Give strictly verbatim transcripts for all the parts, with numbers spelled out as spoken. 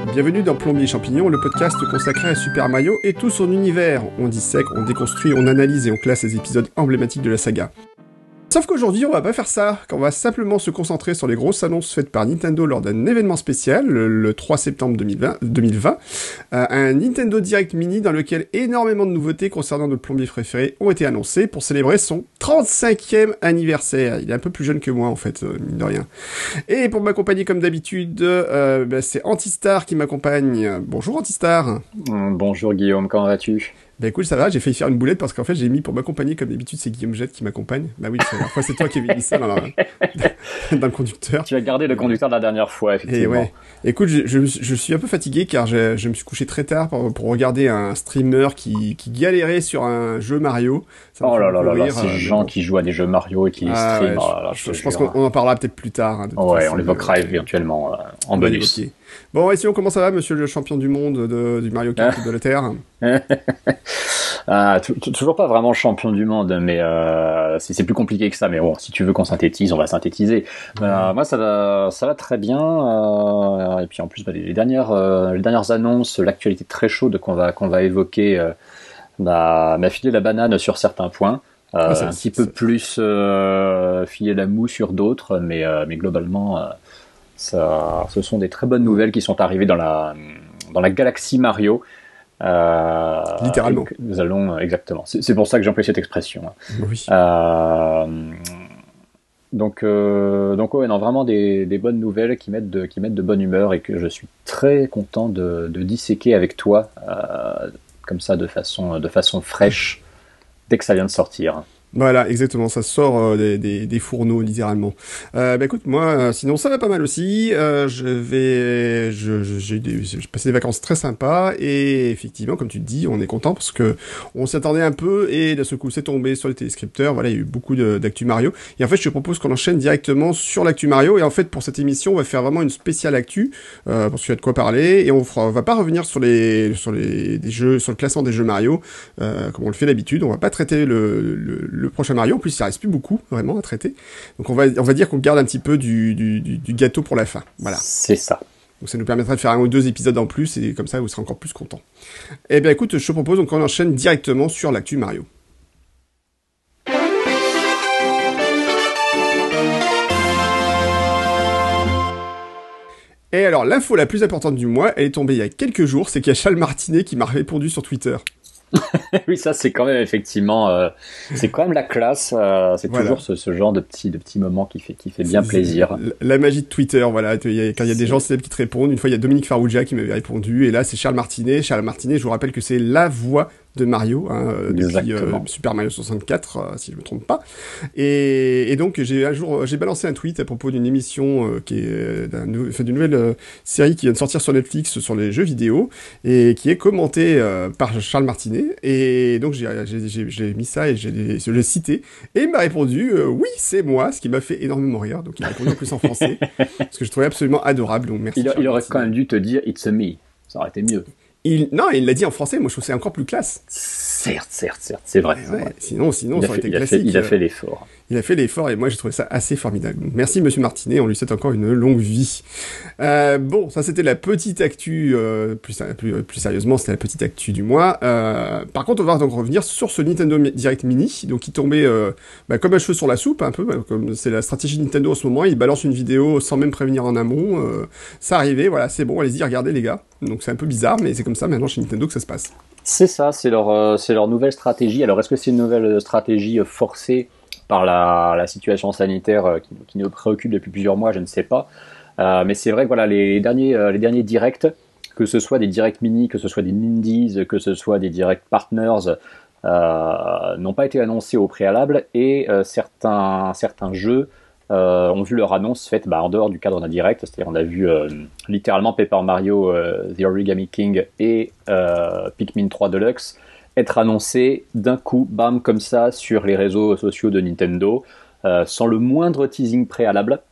Bienvenue dans Plombier Champignon, le podcast consacré à Super Mario et tout son univers. On dissèque, on déconstruit, on analyse et on classe les épisodes emblématiques de la saga. Sauf qu'aujourd'hui, on va pas faire ça, qu'on va simplement se concentrer sur les grosses annonces faites par Nintendo lors d'un événement spécial, le, le trois septembre deux mille vingt, euh, un Nintendo Direct Mini dans lequel énormément de nouveautés concernant notre plombier préféré ont été annoncées pour célébrer son trente-cinquième anniversaire. Il est un peu plus jeune que moi, en fait, euh, mine de rien. Et pour m'accompagner comme d'habitude, euh, bah, c'est Antistar qui m'accompagne. Bonjour Antistar. Bonjour Guillaume, comment vas-tu ? Bah écoute, ça va, j'ai failli faire une boulette parce qu'en fait j'ai mis pour m'accompagner comme d'habitude, c'est Guillaume Jette qui m'accompagne. Bah oui, la dernière fois c'est toi qui avais mis ça dans, la... dans le conducteur. Tu as gardé le conducteur de la dernière fois, effectivement. Et ouais. Écoute, je, je, je suis un peu fatigué car je, je me suis couché très tard pour, pour regarder un streamer qui, qui galérait sur un jeu Mario. Ça oh là là là là, ces euh, gens bon. qui jouent à des jeux Mario et qui les ah, streament. Ouais, oh là là, je, je, je pense qu'on en parlera peut-être plus tard. Hein, ouais, on l'évoquera euh, éventuellement euh, en bonus. Okay. Bon, ouais, sinon, comment ça va, monsieur le champion du monde de, du Mario Kart de la Terre? Ah, t- t- toujours pas vraiment champion du monde, mais euh, c'est, c'est plus compliqué que ça. Mais bon, si tu veux qu'on synthétise, on va synthétiser. Mmh. Euh, moi, ça va, ça va très bien. Euh, et puis en plus, bah, les, les dernières, euh, les dernières annonces, l'actualité très chaude qu'on va, qu'on va évoquer, euh, bah, m'a filé la banane sur certains points. Euh, ah, ça, un petit peu plus euh, filé la moue sur d'autres, mais, euh, mais globalement, euh, ça, ce sont des très bonnes nouvelles qui sont arrivées dans la, dans la galaxie Mario. Euh, Littéralement. Nous allons exactement. C'est, c'est pour ça que j'emploie cette expression. Oui. Euh, donc, euh, donc ouais, non, vraiment des, des bonnes nouvelles qui mettent de, qui mettent de bonne humeur et que je suis très content de, de disséquer avec toi, euh, comme ça, de façon, de façon fraîche, dès que ça vient de sortir. Voilà, exactement, ça sort euh, des, des, des fourneaux, littéralement. Euh, bah écoute, moi, euh, sinon ça va pas mal aussi. Euh, je vais, je, je, j'ai, des, j'ai passé des vacances très sympas et effectivement, comme tu te dis, on est content parce que on s'attendait un peu et d'un seul coup, c'est tombé sur les téléscripteurs. Voilà, il y a eu beaucoup de, d'actu Mario. Et en fait, je te propose qu'on enchaîne directement sur l'actu Mario. Et en fait, pour cette émission, on va faire vraiment une spéciale actu euh, parce qu'il y a de quoi parler et on fera, on va pas revenir sur les, sur les des jeux, sur le classement des jeux Mario euh, comme on le fait d'habitude. On va pas traiter le, le le prochain Mario, en plus ça reste plus beaucoup vraiment à traiter, donc on va on va dire qu'on garde un petit peu du, du, du gâteau pour la fin, voilà. C'est ça. Donc ça nous permettra de faire un ou deux épisodes en plus et comme ça vous serez encore plus contents. Eh bien écoute, je te propose donc qu'on enchaîne directement sur l'actu Mario. Et alors l'info la plus importante du mois, elle est tombée il y a quelques jours, c'est qu'il y a Charles Martinet qui m'a répondu sur Twitter. Oui, ça c'est quand même effectivement, euh, c'est quand même la classe. Euh, c'est voilà. toujours ce, ce genre de petit de petits moments qui fait qui fait bien c'est, plaisir. C'est la magie de Twitter, voilà. Il y a, quand il y a des gens célèbres qui te répondent, une fois il y a Dominique Farrugia qui m'avait répondu, et là c'est Charles Martinet. Charles Martinet, je vous rappelle que c'est la voix de Mario, hein, depuis euh, Super Mario soixante-quatre, euh, si je me trompe pas. Et, et donc j'ai un jour, j'ai balancé un tweet à propos d'une émission euh, qui est d'un, enfin, d'une nouvelle euh, série qui vient de sortir sur Netflix sur les jeux vidéo et qui est commentée euh, par Charles Martinet. Et donc j'ai, j'ai, j'ai, j'ai mis ça et j'ai, je l'ai cité et il m'a répondu euh, oui c'est moi, ce qui m'a fait énormément rire. Donc il m'a répondu en plus en français, ce que je trouvais absolument adorable. Donc merci. Il, il aurait quand même dû te dire it's a me, ça aurait été mieux. Il, non, il l'a dit en français, moi je trouve que c'est encore plus classe. Certes, certes, certes, c'est vrai. Ouais, c'est vrai. Sinon, sinon, il ça aurait fait, été il classique. A fait, il a fait l'effort. Il a fait l'effort et moi j'ai trouvé ça assez formidable. Donc, merci Monsieur Martinet, on lui souhaite encore une longue vie. Euh, bon, ça c'était la petite actu, euh, plus, plus, plus sérieusement c'était la petite actu du mois. Euh, par contre on va donc revenir sur ce Nintendo Direct Mini, donc qui tombait euh, bah, comme un cheveu sur la soupe, un peu, bah, comme c'est la stratégie de Nintendo en ce moment, il balance une vidéo sans même prévenir en amont, euh, ça arrivait, voilà c'est bon, allez-y regardez les gars. Donc c'est un peu bizarre mais c'est comme ça maintenant chez Nintendo que ça se passe. C'est ça, c'est leur, euh, c'est leur nouvelle stratégie. Alors est-ce que c'est une nouvelle stratégie forcée par la, la situation sanitaire euh, qui, qui nous préoccupe depuis plusieurs mois, je ne sais pas. Euh, mais c'est vrai que voilà, les derniers, euh, les derniers directs, que ce soit des directs mini, que ce soit des Nindies, que ce soit des directs partners, euh, n'ont pas été annoncés au préalable et euh, certains, certains jeux euh, ont vu leur annonce faite bah, en dehors du cadre d'un direct. C'est-à-dire on a vu euh, littéralement Paper Mario, euh, The Origami King et euh, Pikmin trois Deluxe être annoncé d'un coup, bam, comme ça, sur les réseaux sociaux de Nintendo, euh, sans le moindre teasing préalable.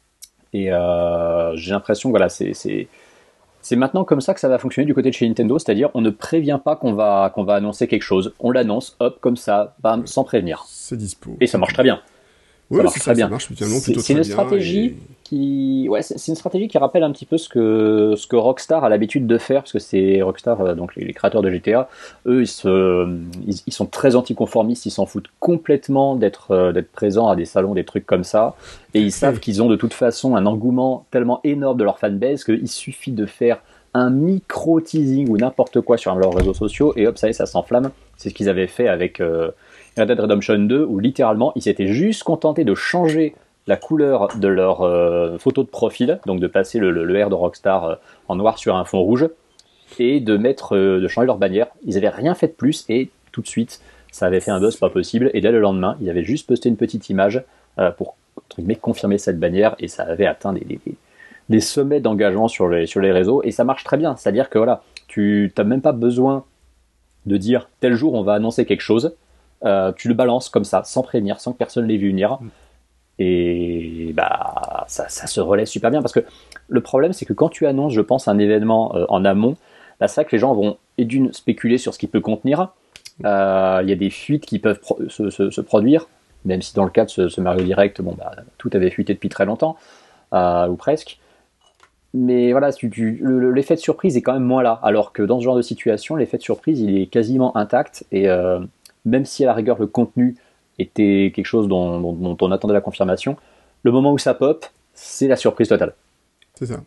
Et euh, j'ai l'impression que voilà, c'est, c'est, c'est maintenant comme ça que ça va fonctionner du côté de chez Nintendo, c'est-à-dire on ne prévient pas qu'on va, qu'on va annoncer quelque chose, on l'annonce, hop, comme ça, bam, sans prévenir. C'est dispo. Et ça marche très bien. Oui, ça marche c'est très ça, bien. ça marche finalement C'est plutôt c'est très une bien. stratégie Et... qui, ouais, c'est c'est une stratégie qui rappelle un petit peu ce que ce que Rockstar a l'habitude de faire, parce que c'est Rockstar, euh, donc les, les créateurs de G T A, eux, ils se, ils, ils sont très anticonformistes, ils s'en foutent complètement d'être euh, d'être présents à des salons, des trucs comme ça, et ils savent qu'ils ont de toute façon un engouement tellement énorme de leur fanbase qu'il suffit de faire un micro teasing ou n'importe quoi sur leurs réseaux sociaux et hop, ça y est, ça s'enflamme. C'est ce qu'ils avaient fait avec euh, Red Dead Redemption deux, où littéralement ils s'étaient juste contentés de changer la couleur de leur euh, photo de profil, donc de passer le, le, le R de Rockstar euh, en noir sur un fond rouge, et de mettre, euh, de changer leur bannière. Ils avaient rien fait de plus, et tout de suite, ça avait fait un buzz pas possible. Et dès le lendemain, ils avaient juste posté une petite image euh, pour entre guillemets, confirmer cette bannière, et ça avait atteint des, des, des sommets d'engagement sur les, sur les réseaux, et ça marche très bien. C'est-à-dire que voilà, tu n'as même pas besoin de dire tel jour on va annoncer quelque chose. Euh, tu le balances comme ça, sans prévenir, sans que personne l'ait vu venir. Et bah ça, ça se relaie super bien, parce que le problème c'est que quand tu annonces, je pense, un événement euh, en amont, bah, c'est vrai que les gens vont et d'une spéculer sur ce qu'il peut contenir. Il euh, y a des fuites qui peuvent pro- se, se, se produire, même si dans le cas de ce, ce Mario Direct, bon bah tout avait fuité depuis très longtemps, euh, ou presque. Mais voilà, tu, tu, le, l'effet de surprise est quand même moins là, alors que dans ce genre de situation, l'effet de surprise il est quasiment intact, et euh, même si à la rigueur le contenu était quelque chose dont, dont, dont on attendait la confirmation, le moment où ça pop, c'est la surprise totale. C'est ça.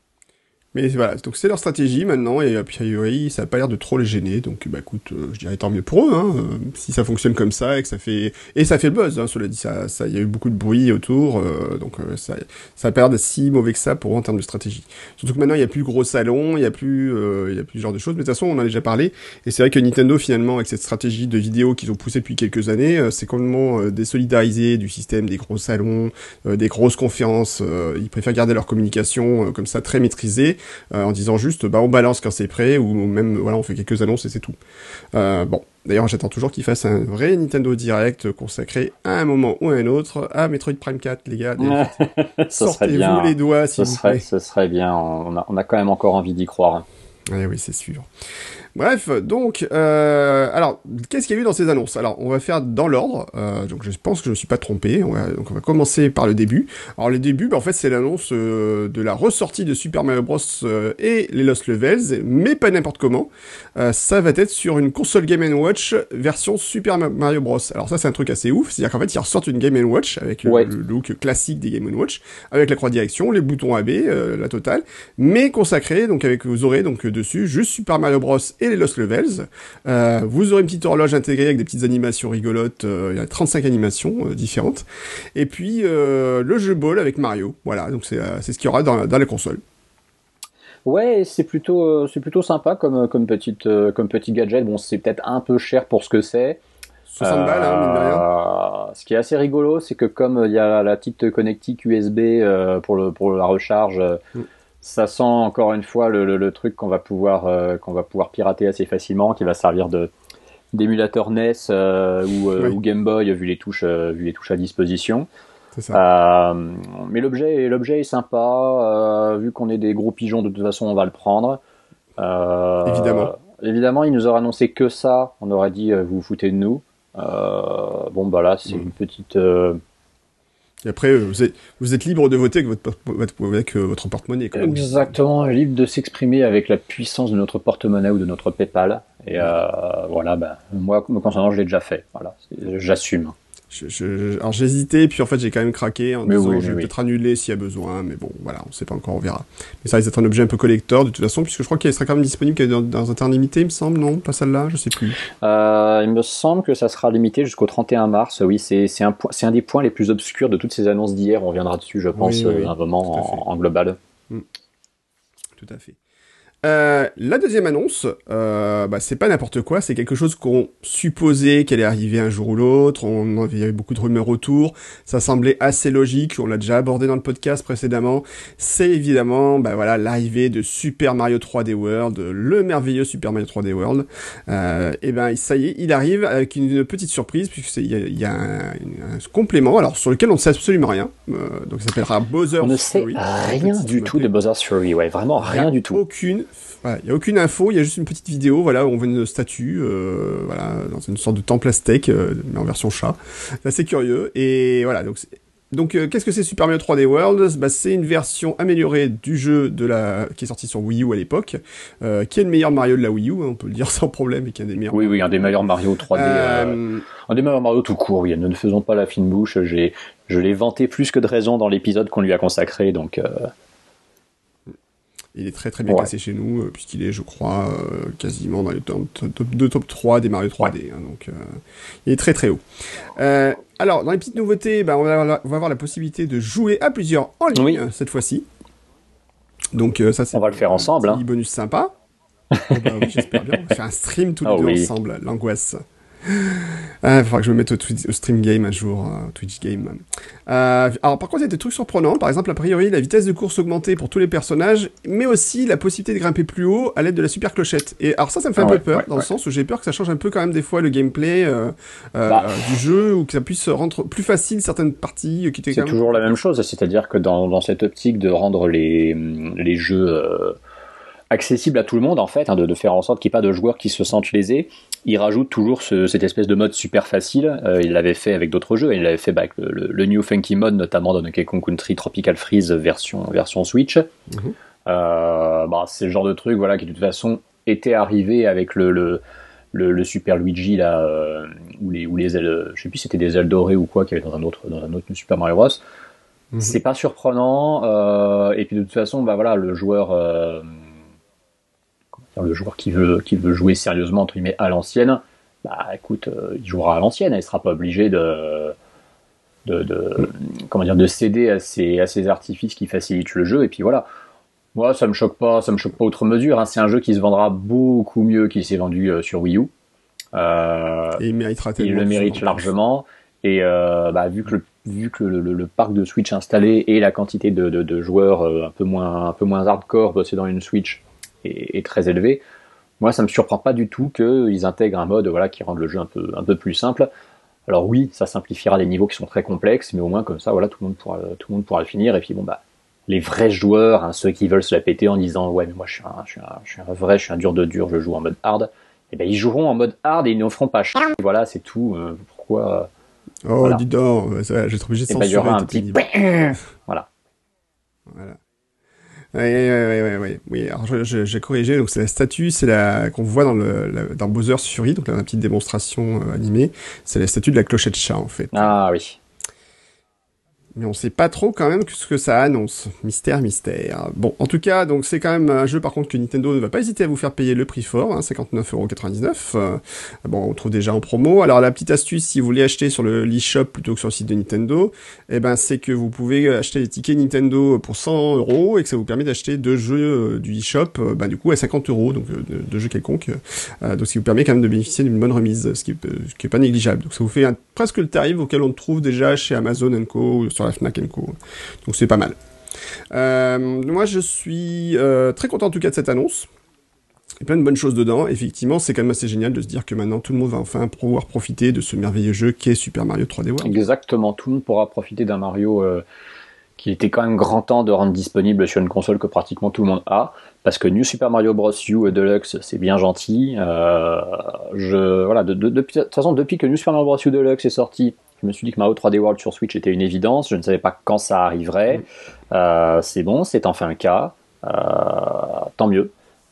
Mais voilà, donc c'est leur stratégie maintenant, et a priori, ça a pas l'air de trop les gêner, donc bah écoute, euh, je dirais tant mieux pour eux, hein, euh, si ça fonctionne comme ça, et que ça fait... Et ça fait le buzz, hein, cela dit, ça, ça, il y a eu beaucoup de bruit autour, euh, donc euh, ça, ça a pas l'air d'être si mauvais que ça pour eux en termes de stratégie. Surtout que maintenant, il y a plus gros salon, il y a plus, euh, il y a plus ce genre de choses, mais de toute façon, on en a déjà parlé, et c'est vrai que Nintendo, finalement, avec cette stratégie de vidéo qu'ils ont poussée depuis quelques années, euh, c'est complètement euh, désolidarisé du système des gros salons, euh, des grosses conférences, euh, ils préfèrent garder leur communication euh, comme ça, très maîtrisée, Euh, en disant juste bah on balance quand c'est prêt, ou même voilà on fait quelques annonces et c'est tout. Euh, bon, d'ailleurs j'attends toujours qu'ils fassent un vrai Nintendo Direct consacré à un moment ou à un autre à Metroid Prime quatre, les gars. Sortez-vous les doigts s'il ce vous serait, plaît. ce serait bien, on a, on a quand même encore envie d'y croire. Eh oui, c'est sûr. Bref, donc, euh, alors, qu'est-ce qu'il y a eu dans ces annonces? Alors, on va faire dans l'ordre, euh, donc je pense que je ne me suis pas trompé, on va, donc on va commencer par le début. Alors, le début, bah, en fait, c'est l'annonce euh, de la ressortie de Super Mario Bros. Euh, et les Lost Levels, mais pas n'importe comment. Euh, ça va être sur une console Game and Watch version Super Mario Bros. Alors ça, c'est un truc assez ouf, c'est-à-dire qu'en fait, ils ressortent une Game and Watch avec ouais. le, le look classique des Game and Watch, avec la croix de direction, les boutons A B, euh, la totale, mais consacré, donc avec, vous aurez donc dessus juste Super Mario Bros. Et les Lost Levels. Euh, vous aurez une petite horloge intégrée avec des petites animations rigolotes. Euh, il y a trente-cinq animations euh, différentes. Et puis euh, le jeu ball avec Mario. Voilà, donc c'est, euh, c'est ce qu'il y aura dans, dans la console. Ouais, c'est plutôt, euh, c'est plutôt sympa comme, comme, petite, euh, comme petit gadget. Bon, c'est peut-être un peu cher pour ce que c'est. soixante balles, hein, mine de rien. Ce qui est assez rigolo, c'est que comme il y a la petite connectique U S B euh, pour, le, pour la recharge, mm. ça sent encore une fois le, le, le truc qu'on va pouvoir euh, qu'on va pouvoir pirater assez facilement, qui va servir de d'émulateur N E S euh, ou, euh, oui. ou Game Boy vu les touches euh, vu les touches à disposition. C'est ça. Euh, mais l'objet l'objet est sympa, euh, vu qu'on est des gros pigeons, de toute façon on va le prendre. Euh, évidemment. Évidemment, il nous aurait annoncé que ça, on aurait dit euh, vous vous foutez de nous. Euh, bon bah là c'est mmh. une petite. Euh, Et après, vous êtes, vous êtes libre de voter avec votre, votre, avec votre porte-monnaie. Exactement, libre de s'exprimer avec la puissance de notre porte-monnaie ou de notre PayPal. Et euh, voilà, ben, moi, me concernant, je l'ai déjà fait. Voilà, j'assume. Je, je, alors j'hésitais, puis en fait j'ai quand même craqué en mais disant oui, je vais oui. peut-être annuler s'il y a besoin, mais bon voilà, on sait pas encore, on verra. Mais ça risque d'être un objet un peu collector de toute façon, puisque je crois qu'il sera quand même disponible dans, dans un temps limité, il me semble, non? Pas celle-là, je sais plus. Euh, il me semble que ça sera limité jusqu'au trente et un mars, oui, c'est, c'est, un, c'est un des points les plus obscurs de toutes ces annonces d'hier, on reviendra dessus je pense, oui, oui, un moment en, en global. Mmh. Tout à fait. Euh, la deuxième annonce, euh, bah, c'est pas n'importe quoi, c'est quelque chose qu'on supposait qu'elle allait arriver un jour ou l'autre, on avait, il y avait beaucoup de rumeurs autour, ça semblait assez logique, on l'a déjà abordé dans le podcast précédemment, c'est évidemment, bah voilà, l'arrivée de Super Mario trois D World, le merveilleux Super Mario trois D World, euh, et ben, ça y est, il arrive avec une petite surprise, puisqu'il y a, il y a un, un complément, alors sur lequel on ne sait absolument rien, euh, donc ça s'appellera Bowser's Fury. On ne sait Fury, rien du tout de Bowser's Fury, ouais, vraiment rien du tout. Aucune voilà, il y a aucune info, il y a juste une petite vidéo, voilà, où on voit une statue, euh, voilà, dans une sorte de temple aztèque, euh, mais en version chat. C'est assez curieux. Et voilà, donc c'est- donc, euh, qu'est-ce que c'est Super Mario trois D World? Bah, c'est une version améliorée du jeu de la qui est sorti sur Wii U à l'époque, euh, qui est le meilleur Mario de la Wii U, hein, on peut le dire sans problème, et qui est un des meilleurs. Oui, oui, un des meilleurs Mario trois D, euh, Euh, un des meilleurs Mario tout court. Oui, ne ne faisons pas la fine bouche. J'ai, je l'ai vanté plus que de raison dans l'épisode qu'on lui a consacré, donc. Euh... Il est très très bien Ouais. classé chez nous, euh, puisqu'il est, je crois, euh, quasiment dans les top, top deux, top trois des Mario trois D. Hein, donc, euh, il est très très haut. Euh, alors, dans les petites nouveautés, bah, on, va, on va avoir la possibilité de jouer à plusieurs en ligne, Oui. euh, cette fois-ci. Donc, euh, ça, c'est On va le faire un ensemble. petit Hein. bonus sympa. Oh, bah, oui, j'espère bien. On va faire un stream tous les Oh, deux oui. ensemble, l'angoisse. Ah, il faudra que je me mette au, twi- au stream game un jour, euh, Twitch game. Euh, alors par contre, il y a des trucs surprenants. Par exemple, a priori, la vitesse de course augmentée pour tous les personnages, mais aussi la possibilité de grimper plus haut à l'aide de la super clochette. Et alors ça, ça me fait Ah un ouais, peu peur, ouais, dans ouais. le sens où j'ai peur que ça change un peu quand même des fois le gameplay euh, euh, Bah. du jeu, ou que ça puisse rendre plus facile certaines parties qui étaient C'est quand même... toujours la même chose, c'est-à-dire que dans, dans cette optique de rendre les, les jeux euh, accessibles à tout le monde, en fait, hein, de, de faire en sorte qu'il n'y ait pas de joueurs qui se sentent lésés, il rajoute toujours ce, cette espèce de mode super facile. Euh, il l'avait fait avec d'autres jeux, il l'avait fait bah, avec le, le, le New Funky Mode, notamment dans Donkey Kong Country Tropical Freeze version, version Switch. Mm-hmm. Euh, bah, c'est le genre de truc voilà, qui de toute façon était arrivé avec le... le Le, le Super Luigi là, euh, ou les ou les ailes, je sais plus si c'était des ailes dorées ou quoi, qu'il y avait dans un autre dans un autre Super Mario Bros. Mm-hmm. C'est pas surprenant, euh, et puis de toute façon, bah voilà, le joueur, euh, le joueur qui veut qui veut jouer sérieusement entre guillemets à l'ancienne, bah écoute, euh, il jouera à l'ancienne, il sera pas obligé de de, de comment dire de céder à ces à ces artifices qui facilitent le jeu, et puis voilà. Moi, ça me choque pas, ça me choque pas outre mesure. Hein. C'est un jeu qui se vendra beaucoup mieux qu'il s'est vendu euh, sur Wii U. Euh, et il méritera tellement. Il le mérite largement. Et euh, bah, vu que, le, vu que le, le, le parc de Switch installé et la quantité de, de, de joueurs euh, un peu moins, un peu moins hardcore possédant une Switch est, est très élevée, moi, ça me surprend pas du tout qu'ils intègrent un mode voilà qui rende le jeu un peu, un peu plus simple. Alors oui, ça simplifiera les niveaux qui sont très complexes, mais au moins comme ça, voilà, tout le monde pourra, tout le monde pourra le finir. Et puis bon bah. Les vrais joueurs, hein, ceux qui veulent se la péter en disant ouais mais moi je suis un, je suis un, je suis un vrai, je suis un dur de dur, je joue en mode hard. Et ben ils joueront en mode hard et ils ne feront pas chier. Voilà, c'est tout. Euh, pourquoi euh, Oh, voilà. dis donc, je vais être obligé de censurer. Et ben il y aura un petit voilà. Voilà. Oui, oui, oui, oui, oui. Alors, je, je, j'ai corrigé. Donc, c'est la statue, c'est la qu'on voit dans le la, dans Bowser's Fury. Donc, là, la petite démonstration euh, animée. C'est la statue de la clochette chat, en fait. Ah oui. Mais on sait pas trop quand même ce que ça annonce. Mystère, mystère. Bon, en tout cas, donc c'est quand même un jeu par contre que Nintendo ne va pas hésiter à vous faire payer le prix fort, hein, cinquante-neuf euros quatre-vingt-dix-neuf. Euh, bon, on le trouve déjà en promo. Alors la petite astuce, si vous voulez acheter sur le l'eShop plutôt que sur le site de Nintendo, eh ben c'est que vous pouvez acheter les tickets Nintendo pour cent euros et que ça vous permet d'acheter deux jeux euh, du eShop, euh, ben du coup à cinquante euros, donc euh, deux de jeux quelconques. Euh, donc ce qui vous permet quand même de bénéficier d'une bonne remise, ce qui, euh, ce qui est pas négligeable. Donc ça vous fait un, presque le tarif auquel on trouve déjà chez Amazon and Co, sur la Fnac and Co. Donc c'est pas mal. Euh, moi je suis euh, très content en tout cas de cette annonce. Il y a plein de bonnes choses dedans. Effectivement, c'est quand même assez génial de se dire que maintenant tout le monde va enfin pouvoir profiter de ce merveilleux jeu qu'est Super Mario trois D World. Exactement, tout le monde pourra profiter d'un Mario euh, qui était quand même grand temps de rendre disponible sur une console que pratiquement tout le monde a, parce que New Super Mario Bros. U Deluxe, c'est bien gentil. Euh, je, voilà, de, de, de, de toute façon, depuis que New Super Mario Bros. U Deluxe est sorti, je me suis dit que Mario trois D World sur Switch était une évidence. Je ne savais pas quand ça arriverait. Euh, c'est bon, c'est enfin le cas. Euh, tant mieux.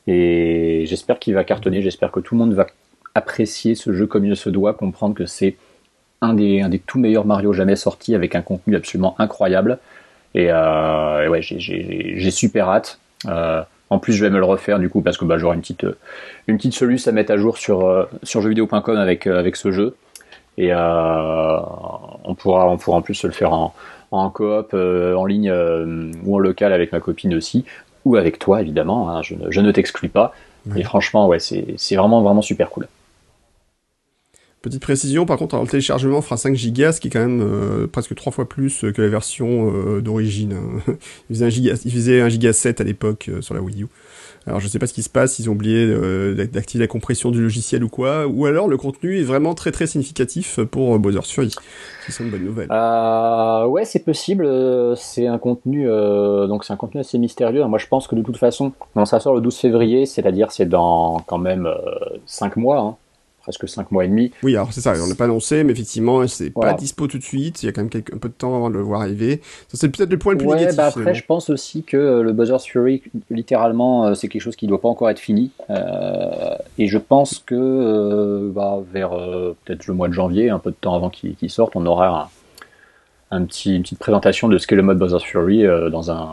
Et j'espère qu'il va cartonner. J'espère que tout le monde va apprécier ce jeu comme il se doit, comprendre que c'est un des, un des tout meilleurs Mario jamais sortis, avec un contenu absolument incroyable. Et, euh, et ouais, j'ai, j'ai, j'ai super hâte. Euh, en plus, je vais me le refaire du coup parce que bah, j'aurai une petite, une petite soluce à mettre à jour sur, euh, sur jeux vidéo point com avec, euh, avec ce jeu. Et euh, on pourra, on pourra en plus se le faire en, en coop, euh, en ligne euh, ou en local avec ma copine aussi, ou avec toi évidemment. Hein, je, ne, je ne t'exclus pas. Ouais. Et franchement, ouais, c'est, c'est vraiment, vraiment super cool. Petite précision, par contre, alors, le téléchargement fera cinq gigas, ce qui est quand même euh, presque trois fois plus que la version euh, d'origine. Hein. Il faisait un giga, il faisait un giga sept à l'époque euh, sur la Wii U. Alors je sais pas ce qui se passe, ils ont oublié euh, d'activer la compression du logiciel ou quoi, ou alors le contenu est vraiment très très significatif pour Bowser's Fury. C'est une bonne nouvelle. Euh, ouais, c'est possible. C'est un contenu, euh, donc c'est un contenu assez mystérieux. Moi, je pense que de toute façon, quand ça sort le douze février, c'est-à-dire c'est dans quand même euh, cinq mois. Hein. Presque cinq mois et demi. Oui, alors c'est ça, on l'a pas annoncé, mais effectivement, c'est voilà. pas dispo tout de suite, il y a quand même quelques, un peu de temps avant de le voir arriver. Ça, c'est peut-être le point le plus ouais, négatif. Bah après, finalement. je pense aussi que le Bowser's Fury, littéralement, c'est quelque chose qui doit pas encore être fini. Euh, et je pense que euh, bah, vers euh, peut-être le mois de janvier, un peu de temps avant qu'il qu'il sorte, on aura un, un petit, une petite présentation de ce qu'est le mode Bowser's Fury euh, dans un...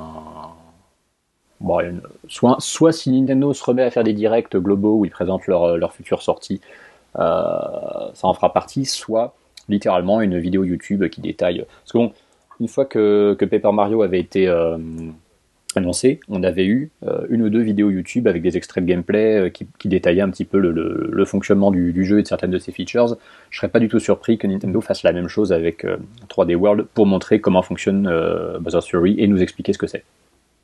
Bon, une... soit, soit si Nintendo se remet à faire des directs globaux où ils présentent leur, leur future sortie, Euh, ça en fera partie, soit littéralement une vidéo YouTube qui détaille. Parce que bon, une fois que, que Paper Mario avait été euh, annoncé, on avait eu euh, une ou deux vidéos YouTube avec des extraits de gameplay euh, qui, qui détaillaient un petit peu le, le, le fonctionnement du, du jeu et de certaines de ses features. Je serais pas du tout surpris que Nintendo fasse la même chose avec euh, trois D World pour montrer comment fonctionne euh, Bowser's Fury et nous expliquer ce que c'est.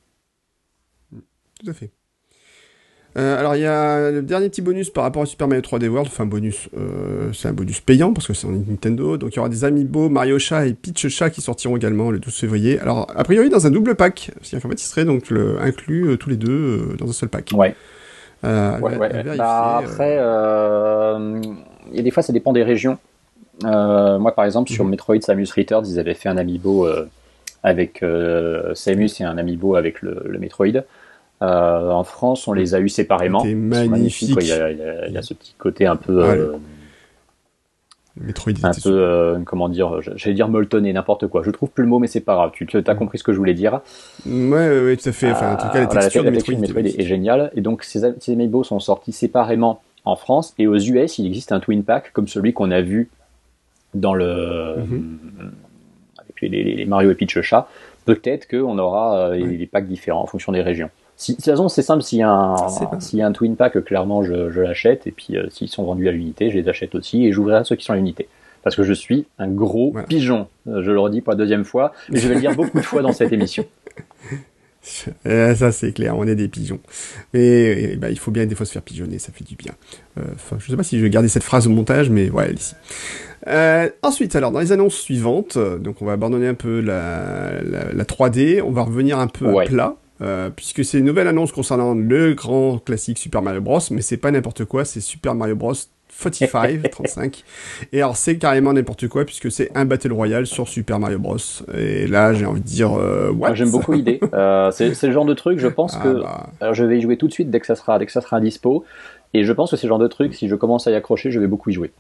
Tout à fait. Euh, alors il y a le dernier petit bonus par rapport à Super Mario trois D World, enfin bonus, euh, c'est un bonus payant parce que c'est en Nintendo, donc il y aura des amiibo Mario Chat et Peach Chat qui sortiront également le douze février. Alors a priori dans un double pack, c'est-à-dire qu'en fait ils seraient donc le, inclus euh, tous les deux euh, dans un seul pack. Ouais. Euh, ouais, à, ouais. à vérifier, bah, après, il euh... euh, des fois ça dépend des régions. Euh, moi par exemple sur mm-hmm. Metroid Samus Returns, ils avaient fait un amiibo euh, avec euh, Samus et un amiibo avec le, le Metroid. Euh, en France, on les a eu séparément. C'était magnifique. Il y, a, il, y a, il y a ce petit côté un peu, ah, euh, Metroid un peu, euh, comment dire, j'allais dire molletonné, n'importe quoi. Je trouve plus le mot, mais c'est pas grave. Tu as compris ce que je voulais dire. Ouais, ouais, ouais tout à fait. Enfin, en tout cas, la texture voilà, la, de Metroid, Metroid, Metroid est, est géniale. Et donc, ces, ces amiibo sont sortis séparément en France et aux U S, il existe un twin pack comme celui qu'on a vu dans le mm-hmm. avec les, les, les Mario et Peach Chat. Peut-être qu'on aura euh, ouais. des packs différents en fonction des régions. Si, de toute façon, c'est simple, s'il y a un, s'il y a un twin pack, clairement, je, je l'achète, et puis euh, s'ils sont vendus à l'unité, je les achète aussi, et j'ouvrirai ceux qui sont à l'unité. Parce que je suis un gros voilà. pigeon, euh, je le redis pour la deuxième fois, mais je vais le dire beaucoup de fois dans cette émission. Euh, ça, c'est clair, on est des pigeons. Mais bah, il faut bien des fois se faire pigeonner, ça fait du bien. Euh, je sais pas si je vais garder cette phrase au montage, mais ouais, elle est ici. Euh, ensuite, alors, dans les annonces suivantes, donc on va abandonner un peu la, la, la trois D, on va revenir un peu ouais. à plat. Euh, puisque c'est une nouvelle annonce concernant le grand classique Super Mario Bros, mais c'est pas n'importe quoi, c'est Super Mario Bros quarante-cinq, trente-cinq. Et alors c'est carrément n'importe quoi puisque c'est un Battle Royale sur Super Mario Bros. Et là j'ai envie de dire euh, what. J'aime beaucoup l'idée. Euh, c'est, c'est le genre de truc, je pense ah que bah... alors je vais y jouer tout de suite dès que ça sera, dès que ça sera dispo. Et je pense que c'est le genre de truc, si je commence à y accrocher, je vais beaucoup y jouer.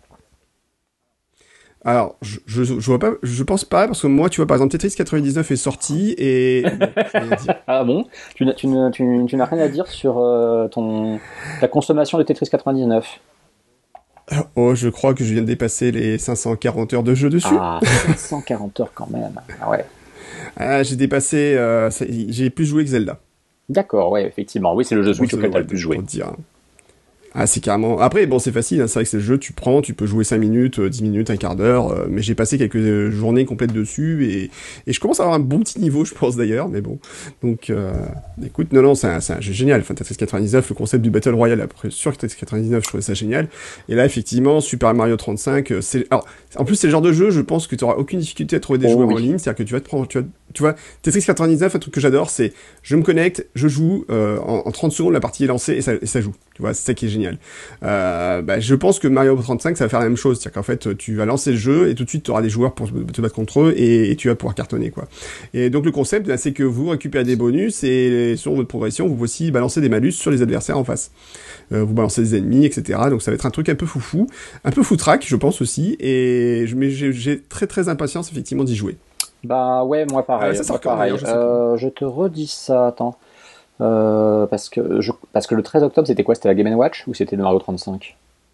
Alors, je, je, je vois pas, je pense pas, parce que moi, tu vois, par exemple, Tetris quatre-vingt-dix-neuf est sorti, et... ah bon? Tu n'as, tu, n'as, tu, tu n'as rien à dire sur euh, ton, ta consommation de Tetris quatre-vingt-dix-neuf? Oh, je crois que je viens de dépasser les cinq cent quarante heures de jeu dessus. Ah, cinq cent quarante heures quand même, ah ouais. Ah, j'ai dépassé, euh, ça, j'ai plus joué que Zelda. D'accord, ouais, effectivement, oui, c'est le jeu Switch auquel t'as le plus joué. Pour te dire. Ah, c'est carrément... Après, bon, c'est facile, hein, c'est vrai que c'est le jeu, tu prends, tu peux jouer cinq minutes, dix minutes, un quart d'heure, euh, mais j'ai passé quelques journées complètes dessus, et, et je commence à avoir un bon petit niveau, je pense, d'ailleurs, mais bon. Donc, euh, écoute, non, non, c'est un, c'est un jeu génial. Enfin, Tetris quatre-vingt-dix-neuf, le concept du Battle Royale, après, sur Tetris quatre-vingt-dix-neuf, je trouvais ça génial. Et là, effectivement, Super Mario trente-cinq, c'est... Alors, en plus, c'est le genre de jeu, je pense que tu auras aucune difficulté à trouver des oh, joueurs oui. en ligne, c'est-à-dire que tu vas te prendre... Tu, vas, tu vois, Tetris quatre-vingt-dix-neuf, un truc que j'adore, c'est je me connecte, je joue, euh, en, en trente secondes, la partie est lancée, et ça, et ça joue. Tu vois, c'est ça qui est génial. Euh, bah, je pense que Mario trente-cinq, ça va faire la même chose. C'est-à-dire qu'en fait, tu vas lancer le jeu et tout de suite, tu auras des joueurs pour te battre contre eux et, et tu vas pouvoir cartonner, quoi. Et donc, le concept, là, c'est que vous récupérez des bonus et sur votre progression, vous pouvez aussi balancer des malus sur les adversaires en face. Euh, vous balancez des ennemis, et cetera. Donc, ça va être un truc un peu foufou, un peu foutraque, je pense aussi. Et je, mais j'ai, j'ai très très impatience, effectivement, d'y jouer. Bah ouais, moi pareil. Ah, ça moi, pareil. Je, euh, je te redis ça, attends. Euh, parce que je, parce que le treize octobre c'était quoi? C'était la Game and Watch ou c'était le Mario trente-cinq?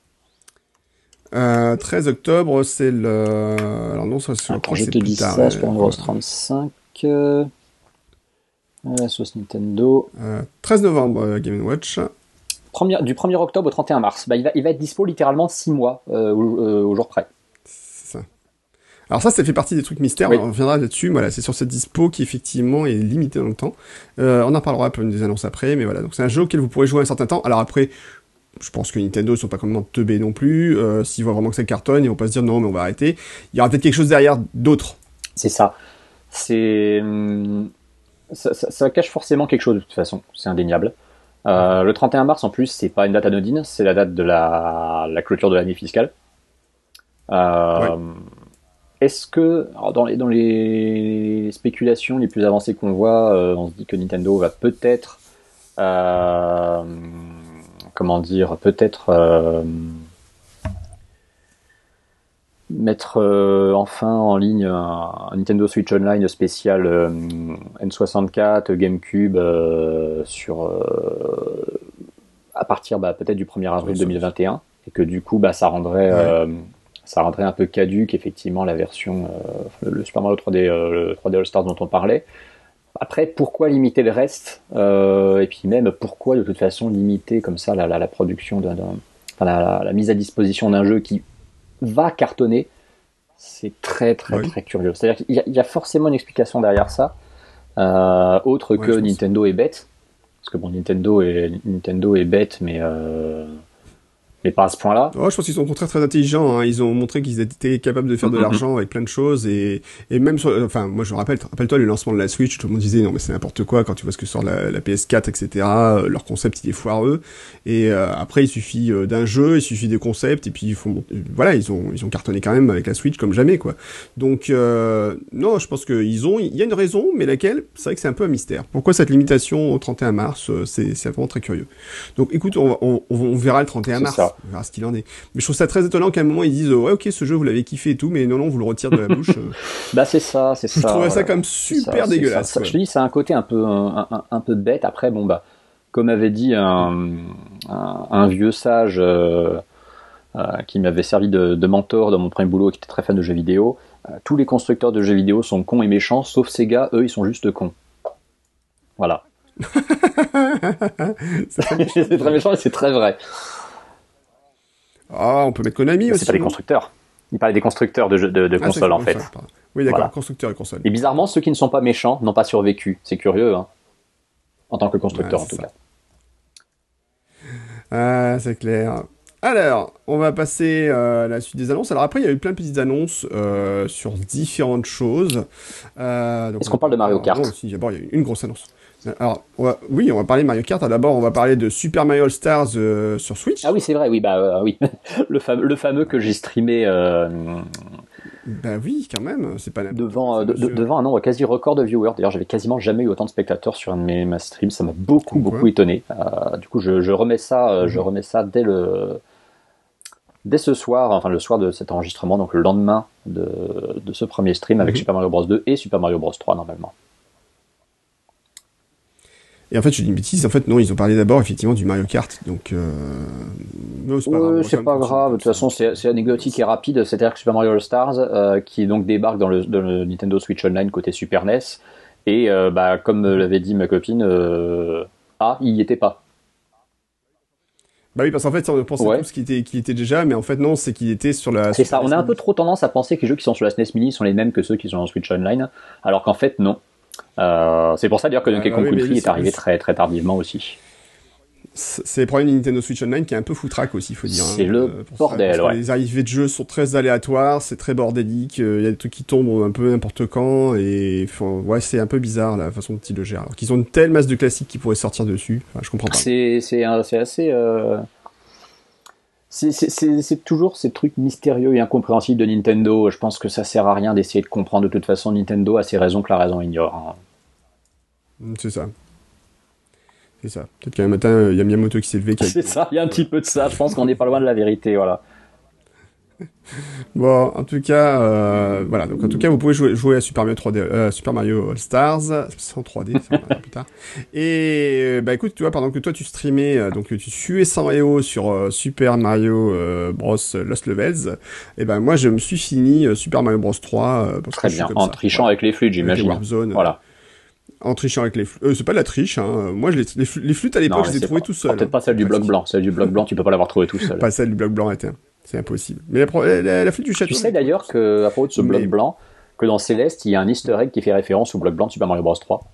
euh, treize octobre c'est le... Alors non, ça, je Attends, crois je que te c'est dis plus tard. ça, Super Mario trente-cinq... Euh, la sauce Nintendo... Euh, treize novembre, euh, Game and Watch. premier, du premier octobre au trente et un mars. Bah, il va, il va être dispo littéralement six mois euh, au, euh, au jour près. C'est ça. Alors ça, ça fait partie des trucs mystères, oui. On reviendra là-dessus. Voilà, c'est sur cette dispo qui effectivement est limitée dans le temps. Euh, on en parlera un peu des annonces après, mais voilà. Donc c'est un jeu auquel vous pourrez jouer un certain temps. Alors après, je pense que Nintendo ils sont pas complètement teubés non plus. Euh, s'ils voient vraiment que ça cartonne, ils vont pas se dire non, mais on va arrêter. Il y aura peut-être quelque chose derrière d'autres. C'est ça. C'est ça, ça, ça cache forcément quelque chose de toute façon. C'est indéniable. Euh, le trente et un mars en plus, c'est pas une date anodine, c'est la date de la, la clôture de l'année fiscale. Euh, ouais. Est-ce que, alors dans, les, dans les spéculations les plus avancées qu'on voit, euh, on se dit que Nintendo va peut-être, euh, comment dire, peut-être euh, mettre euh, enfin en ligne un, un Nintendo Switch Online spécial euh, N soixante-quatre, GameCube euh, sur euh, à partir bah, peut-être du premier avril deux mille vingt et un, et que du coup bah, ça rendrait ouais. euh, ça rendrait un peu caduque effectivement la version euh, le Super Mario trois D euh, le trois D All Stars dont on parlait. Après, pourquoi limiter le reste euh, et puis même pourquoi de toute façon limiter comme ça la, la, la production de, de enfin, la, la, la mise à disposition d'un jeu qui va cartonner, c'est très très oui. très curieux. C'est-à-dire qu'il y a, il y a forcément une explication derrière ça, euh, autre ouais, que Nintendo est bête, parce que bon Nintendo est Nintendo est bête, mais euh, mais pas à ce point-là. Oh, je pense qu'ils sont au contraire très intelligents. Hein. Ils ont montré qu'ils étaient capables de faire de l'argent avec plein de choses et et même sur, enfin moi je me rappelle, rappelle-toi le lancement de la Switch, tout le monde disait non mais c'est n'importe quoi quand tu vois ce que sort la, la P S quatre, et cetera. Leur concept il est foireux et euh, après il suffit euh, d'un jeu, il suffit des concepts et puis ils font, voilà ils ont ils ont cartonné quand même avec la Switch comme jamais quoi. Donc euh, non je pense que ils ont, il y a une raison mais laquelle c'est vrai que c'est un peu un mystère. Pourquoi cette limitation au trente et un mars, c'est c'est vraiment très curieux. Donc écoute on on, on verra le trente et un mars. Ça. On verra ce qu'il en est. Mais je trouve ça très étonnant qu'à un moment ils disent ouais ok ce jeu vous l'avez kiffé et tout mais non non on vous le retire de la bouche. Bah c'est ça c'est je ça. Je trouvais ça comme super ça, dégueulasse. Ça. Je te dis c'est un côté un peu un, un, un peu bête. Après bon bah comme avait dit un, un, un vieux sage euh, euh, qui m'avait servi de, de mentor dans mon premier boulot qui était très fan de jeux vidéo, euh, tous les constructeurs de jeux vidéo sont cons et méchants sauf Sega, eux ils sont juste cons. Voilà. C'est très méchant et c'est très vrai. Ah, on peut mettre Konami aussi. C'est pas des constructeurs. Il parlait des constructeurs de, jeux, de, de ah, consoles en fait. Pardon. Oui, d'accord, voilà. Constructeurs et consoles. Et bizarrement, ceux qui ne sont pas méchants n'ont pas survécu. C'est curieux, hein. En tant que constructeur, ouais, en tout ça. cas. Ah, c'est clair. Alors, on va passer euh, à la suite des annonces. Alors après, il y a eu plein de petites annonces euh, sur différentes choses. Euh, donc, Est-ce qu'on parle de Mario Kart? Aussi, d'abord, il y a eu une grosse annonce. Alors, on va, oui, on va parler de Mario Kart. D'abord, on va parler de Super Mario All Stars euh, sur Switch. Ah oui, c'est vrai, oui, bah euh, oui, le fameux, le fameux que j'ai streamé. Euh, bah oui, quand même, c'est pas devant, euh, de, de, devant un nombre quasi record de viewers. D'ailleurs, j'avais quasiment jamais eu autant de spectateurs sur un de mes ma streams. Ça m'a beaucoup, beaucoup ouais. étonné. Euh, du coup, je, je remets ça, euh, mmh. je remets ça dès le, dès ce soir, enfin le soir de cet enregistrement, donc le lendemain de, de ce premier stream avec mmh. Super Mario Bros deux et Super Mario Bros trois normalement. Et en fait, je dis une bêtise. En fait, non, ils ont parlé d'abord, effectivement, du Mario Kart. Donc, euh... non, c'est pas ouais, grave. C'est pas grave. De toute façon, c'est, c'est anecdotique et rapide. C'est-à-dire que Super Mario All Stars, euh, qui donc débarque dans le, dans le Nintendo Switch Online côté Super N E S. Et, euh, bah, comme l'avait dit ma copine, euh... ah, il y était pas. Bah oui, parce qu'en fait, on pensait ouais. tous qu'il était, qu'il était déjà, mais en fait, non, c'est qu'il était sur la... C'est ça. On a un peu trop tendance à penser que les jeux qui sont sur la S N E S Mini sont les mêmes que ceux qui sont en Switch Online. Alors qu'en fait, non. Euh, c'est pour ça d'ailleurs que Donkey Kong Country est arrivé très très tardivement aussi. C'est le problème de Nintendo Switch Online qui est un peu foutraque aussi, il faut dire. C'est hein, le euh, bordel, ça, ouais. Les arrivées de jeux sont très aléatoires, c'est très bordélique, il euh, y a des trucs qui tombent un peu n'importe quand, et faut, ouais, c'est un peu bizarre la façon dont ils le gèrent. Alors qu'ils ont une telle masse de classiques qui pourraient sortir dessus, enfin, je comprends pas. C'est, c'est, c'est assez... Euh... C'est, c'est, c'est, c'est toujours ces trucs mystérieux et incompréhensibles de Nintendo. Je pense que ça sert à rien d'essayer de comprendre. De toute façon, Nintendo a ses raisons que la raison ignore. Hein. C'est ça. C'est ça. Peut-être qu'un matin, il y a Miyamoto qui s'est levé. Qui a... C'est ça, il y a un petit peu de ça. Je pense qu'on n'est pas loin de la vérité, voilà. Bon, en tout cas, euh, voilà. Donc, en tout cas, vous pouvez jouer, jouer à Super Mario trois D, euh, Super Mario All Stars, sans trois D, ça va plus tard. Et bah écoute, tu vois, pendant que toi tu streamais, euh, donc tu suais sans Réo sur euh, Super Mario euh, Bros Lost Levels, et ben moi je me suis fini euh, Super Mario Bros trois. Euh, parce Très que bien, comme en ça. trichant voilà. avec les fluides, j'imagine. Avec les Warp Zone, voilà. En trichant avec les flûtes. Euh, c'est pas de la triche, hein. Moi, je les, les, flûtes, les flûtes à l'époque, Non, je mais les ai c'est trouvées pas- tout ah, seul. peut-être pas celle du bloc blanc. Celle du bloc blanc, tu peux pas l'avoir trouvée tout seul. Pas celle du bloc blanc, était. C'est impossible. Mais la, pro- la, la, la flûte du château. Tu sais d'ailleurs que, à propos de ce bloc Mais- blanc, que dans Céleste, il y a un easter egg qui fait référence au bloc blanc de Super Mario Bros trois.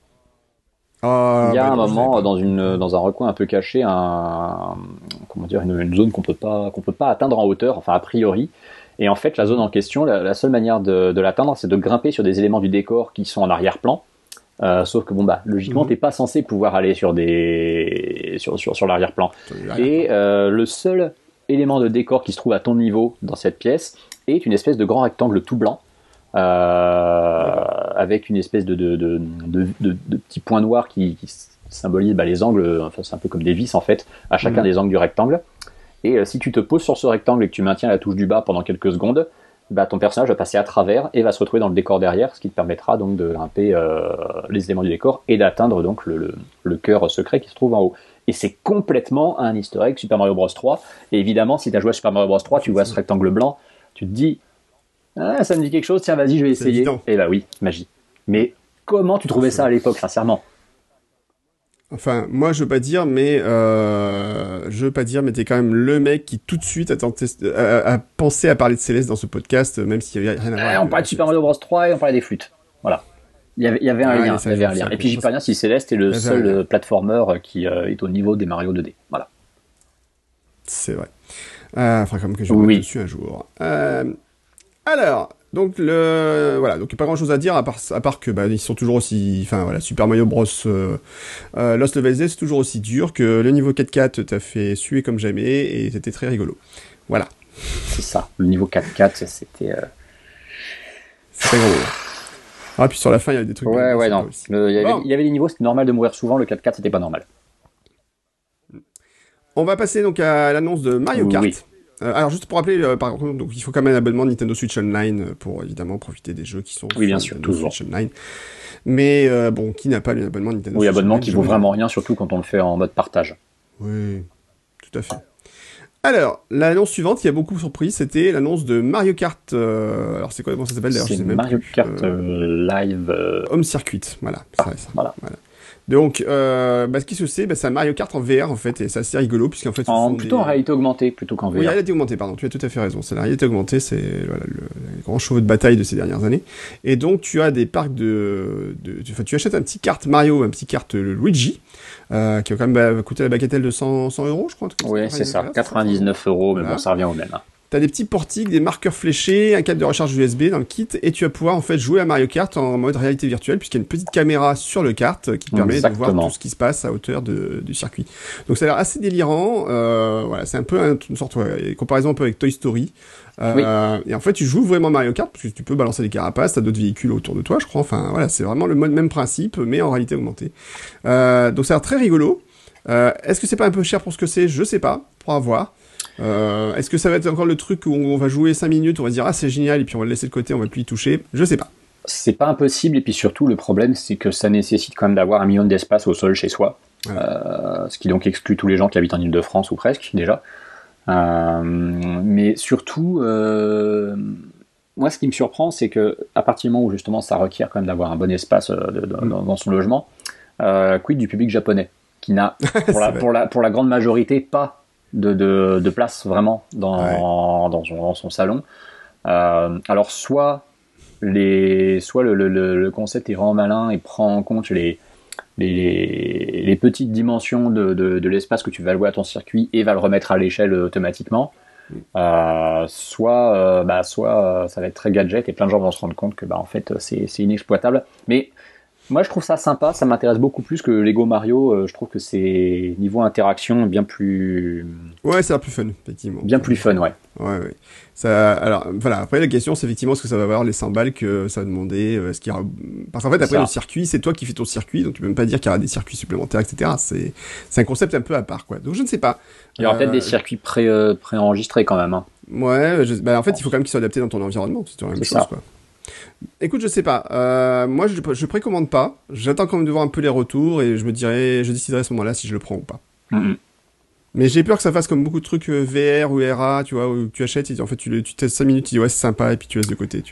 Ah, Il y a bah un non, je savais moment pas. dans une dans un recoin un peu caché, un comment dire une, une zone qu'on peut pas qu'on peut pas atteindre en hauteur, enfin a priori. Et en fait, la zone en question, la, la seule manière de, de l'atteindre, c'est de grimper sur des éléments du décor qui sont en arrière-plan. Euh, sauf que bon bah logiquement, Mhm. t'es pas censé pouvoir aller sur des sur sur, sur l'arrière-plan. Sur les Et euh, le seul élément de décor qui se trouve à ton niveau dans cette pièce est une espèce de grand rectangle tout blanc. Euh, avec une espèce de, de, de, de, de, de petits points noirs qui, qui symbolisent bah, les angles, enfin, c'est un peu comme des vis en fait, à chacun Mhm. des angles du rectangle. Et euh, si tu te poses sur ce rectangle et que tu maintiens la touche du bas pendant quelques secondes, bah, ton personnage va passer à travers et va se retrouver dans le décor derrière, ce qui te permettra donc de grimper euh, les éléments du décor et d'atteindre donc le, le, le cœur secret qui se trouve en haut. Et c'est complètement un easter egg Super Mario Bros trois. Et évidemment, si tu as joué à Super Mario Bros trois, tu vois ce rectangle blanc, tu te dis ah, ça me dit quelque chose, tiens, vas-y, je vais C'est essayer. évident. Et bah oui, magie. Mais comment tu trouvais ça à l'époque, sincèrement? Enfin, moi, je veux pas dire, mais euh, je veux pas dire, mais t'es quand même le mec qui tout de suite a, tenté, a, a pensé à parler de Céleste dans ce podcast, même s'il y avait rien à voir. Eh, avec on le- parlait de Super Mario Bros trois et on parlait des flûtes. Voilà. Il y avait, il y avait un Ouais, lien. mais ça, Il y avait un je- lien. ça, Et puis, je j'y pas rien si Céleste est le Il y avait seul un lien. euh, platformer qui euh, est au niveau des Mario deux D. Voilà. C'est vrai. Euh, enfin, comme que je Oui. oui. dessus un jour. Euh, alors, donc le voilà, donc pas grand chose à dire à part à part que bah ils sont toujours aussi, enfin voilà, Super Mario Bros. Euh, euh, Lost Level Z c'est toujours aussi dur que le niveau quatre quatre t'a fait suer comme jamais et c'était très rigolo. Voilà. C'est ça. Le niveau quatre quatre, c'était. euh, C'est très rigolo. Ah puis sur la fin il y avait des trucs. Ouais, bien ouais, sympas non. aussi. Le- Il y, avait, Bon. il y avait des niveaux, c'était normal de mourir souvent. Le quatre quatre, c'était pas normal. On va passer donc à l'annonce de Mario Kart. Oui. Euh, alors juste pour rappeler, euh, par contre, donc il faut quand même un abonnement Nintendo Switch Online euh, pour évidemment profiter des jeux qui sont Oui, bien sur sûr, Nintendo toujours. Switch Online. Mais euh, bon, qui n'a pas un abonnement Nintendo Oui, Switch abonnement Online, qui je vaut me- vraiment rien, surtout quand on le fait en mode partage. Oui, tout à fait. Alors, l'annonce suivante qui a beaucoup surpris, c'était l'annonce de Mario Kart. euh, alors c'est quoi, comment ça s'appelle d'ailleurs, je C'est sais même Mario plus. Kart Euh, euh, Live. euh, Home Circuit, voilà. c'est Ah, vrai, ça. voilà. Donc, euh, bah, ce qui se sait, bah, c'est un Mario Kart en V R en fait, et c'est assez rigolo puisqu'en fait, ce En, sont plutôt des- en réalité augmentée plutôt qu'en V R. Oui, la réalité augmentée, pardon, tu as tout à fait raison. C'est la réalité augmentée, c'est voilà, le, le grand chevaux de bataille de ces dernières années. Et donc, tu as des parcs de... de, de- enfin, tu achètes un petit carte Mario, un petit carte Luigi, euh, qui va quand même bah, coûter la bagatelle de cent, cent euros, je crois. un truc comme Oui, c'est ça. Voilà, quatre-vingt-dix-neuf euros, mais Voilà. bon, ça revient au même. hein. T'as des petits portiques, des marqueurs fléchés, un câble de recharge U S B dans le kit, et tu vas pouvoir en fait jouer à Mario Kart en mode réalité virtuelle, puisqu'il y a une petite caméra sur le kart qui te permet de voir Exactement. tout ce qui se passe à hauteur de, du circuit. Donc ça a l'air assez délirant. Euh, voilà, c'est un peu un- une sorte ouais, une comparaison un peu avec Toy Story. Euh, Et en fait, tu joues vraiment Mario Kart parce que tu peux balancer des carapaces, t'as d'autres véhicules autour de toi, je crois. Enfin voilà, c'est vraiment le mode même principe, mais en réalité augmentée. Euh, donc ça a l'air très rigolo. Euh, Est-ce que c'est pas un peu cher pour ce que c'est? Je sais pas, pour avoir. Euh, Est-ce que ça va être encore le truc où on va jouer cinq minutes, on va se dire ah c'est génial et puis on va le laisser de côté, on va plus y toucher? Je sais pas. C'est pas impossible, et puis surtout, le problème, c'est que ça nécessite quand même d'avoir un million d'espace au sol chez soi. Euh, ce qui donc exclut tous les gens qui habitent en Ile-de-France, ou presque, déjà. Euh, mais surtout, euh, moi, ce qui me surprend, c'est que à partir du moment où, justement, ça requiert quand même d'avoir un bon espace euh, de- de- dans, dans son logement, euh, quid du public japonais, qui n'a, pour, la, vrai. pour, la, pour la grande majorité, pas de, de, de place, vraiment, dans, Ouais. dans, son, dans son salon. Euh, alors, soit... Les, soit le, le, le concept est vraiment malin et prend en compte les, les, les petites dimensions de, de, de l'espace que tu vas louer à ton circuit et va le remettre à l'échelle automatiquement, euh, soit, euh, bah, soit euh, ça va être très gadget et plein de gens vont se rendre compte que bah, en fait, c'est, c'est inexploitable. Mais moi je trouve ça sympa, ça m'intéresse beaucoup plus que Lego Mario. Euh, je trouve que c'est niveau interaction bien plus, Ouais, c'est un peu fun, effectivement. bien plus fun, ouais. Ouais, ouais. Ça, alors, voilà. Après, la question, c'est effectivement, est-ce que ça va avoir les cent balles que ça va demander, euh, est-ce qu'il y aura, parce qu'en fait, après, Ça. le circuit, c'est toi qui fais ton circuit, donc tu peux même pas dire qu'il y aura des circuits supplémentaires, et cetera. C'est, c'est un concept un peu à part, quoi. Donc, je ne sais pas. Il y aura Euh, peut-être des circuits pré, euh, pré-enregistrés quand même. Hein. Ouais, je- bah, en fait, il faut quand même qu'ils soient adaptés dans ton environnement, c'est toujours la même C'est chose, ça. quoi. Écoute, je sais pas. Euh, moi, je, je précommande pas. J'attends quand même de voir un peu les retours et je me dirai, je déciderai à ce moment-là si je le prends ou pas. Mm-hmm. Mais j'ai peur que ça fasse comme beaucoup de trucs euh, V R ou R A, tu vois, où tu achètes et en fait tu, le, tu testes cinq minutes, tu dis ouais c'est sympa et puis tu laisses de côté. Tu...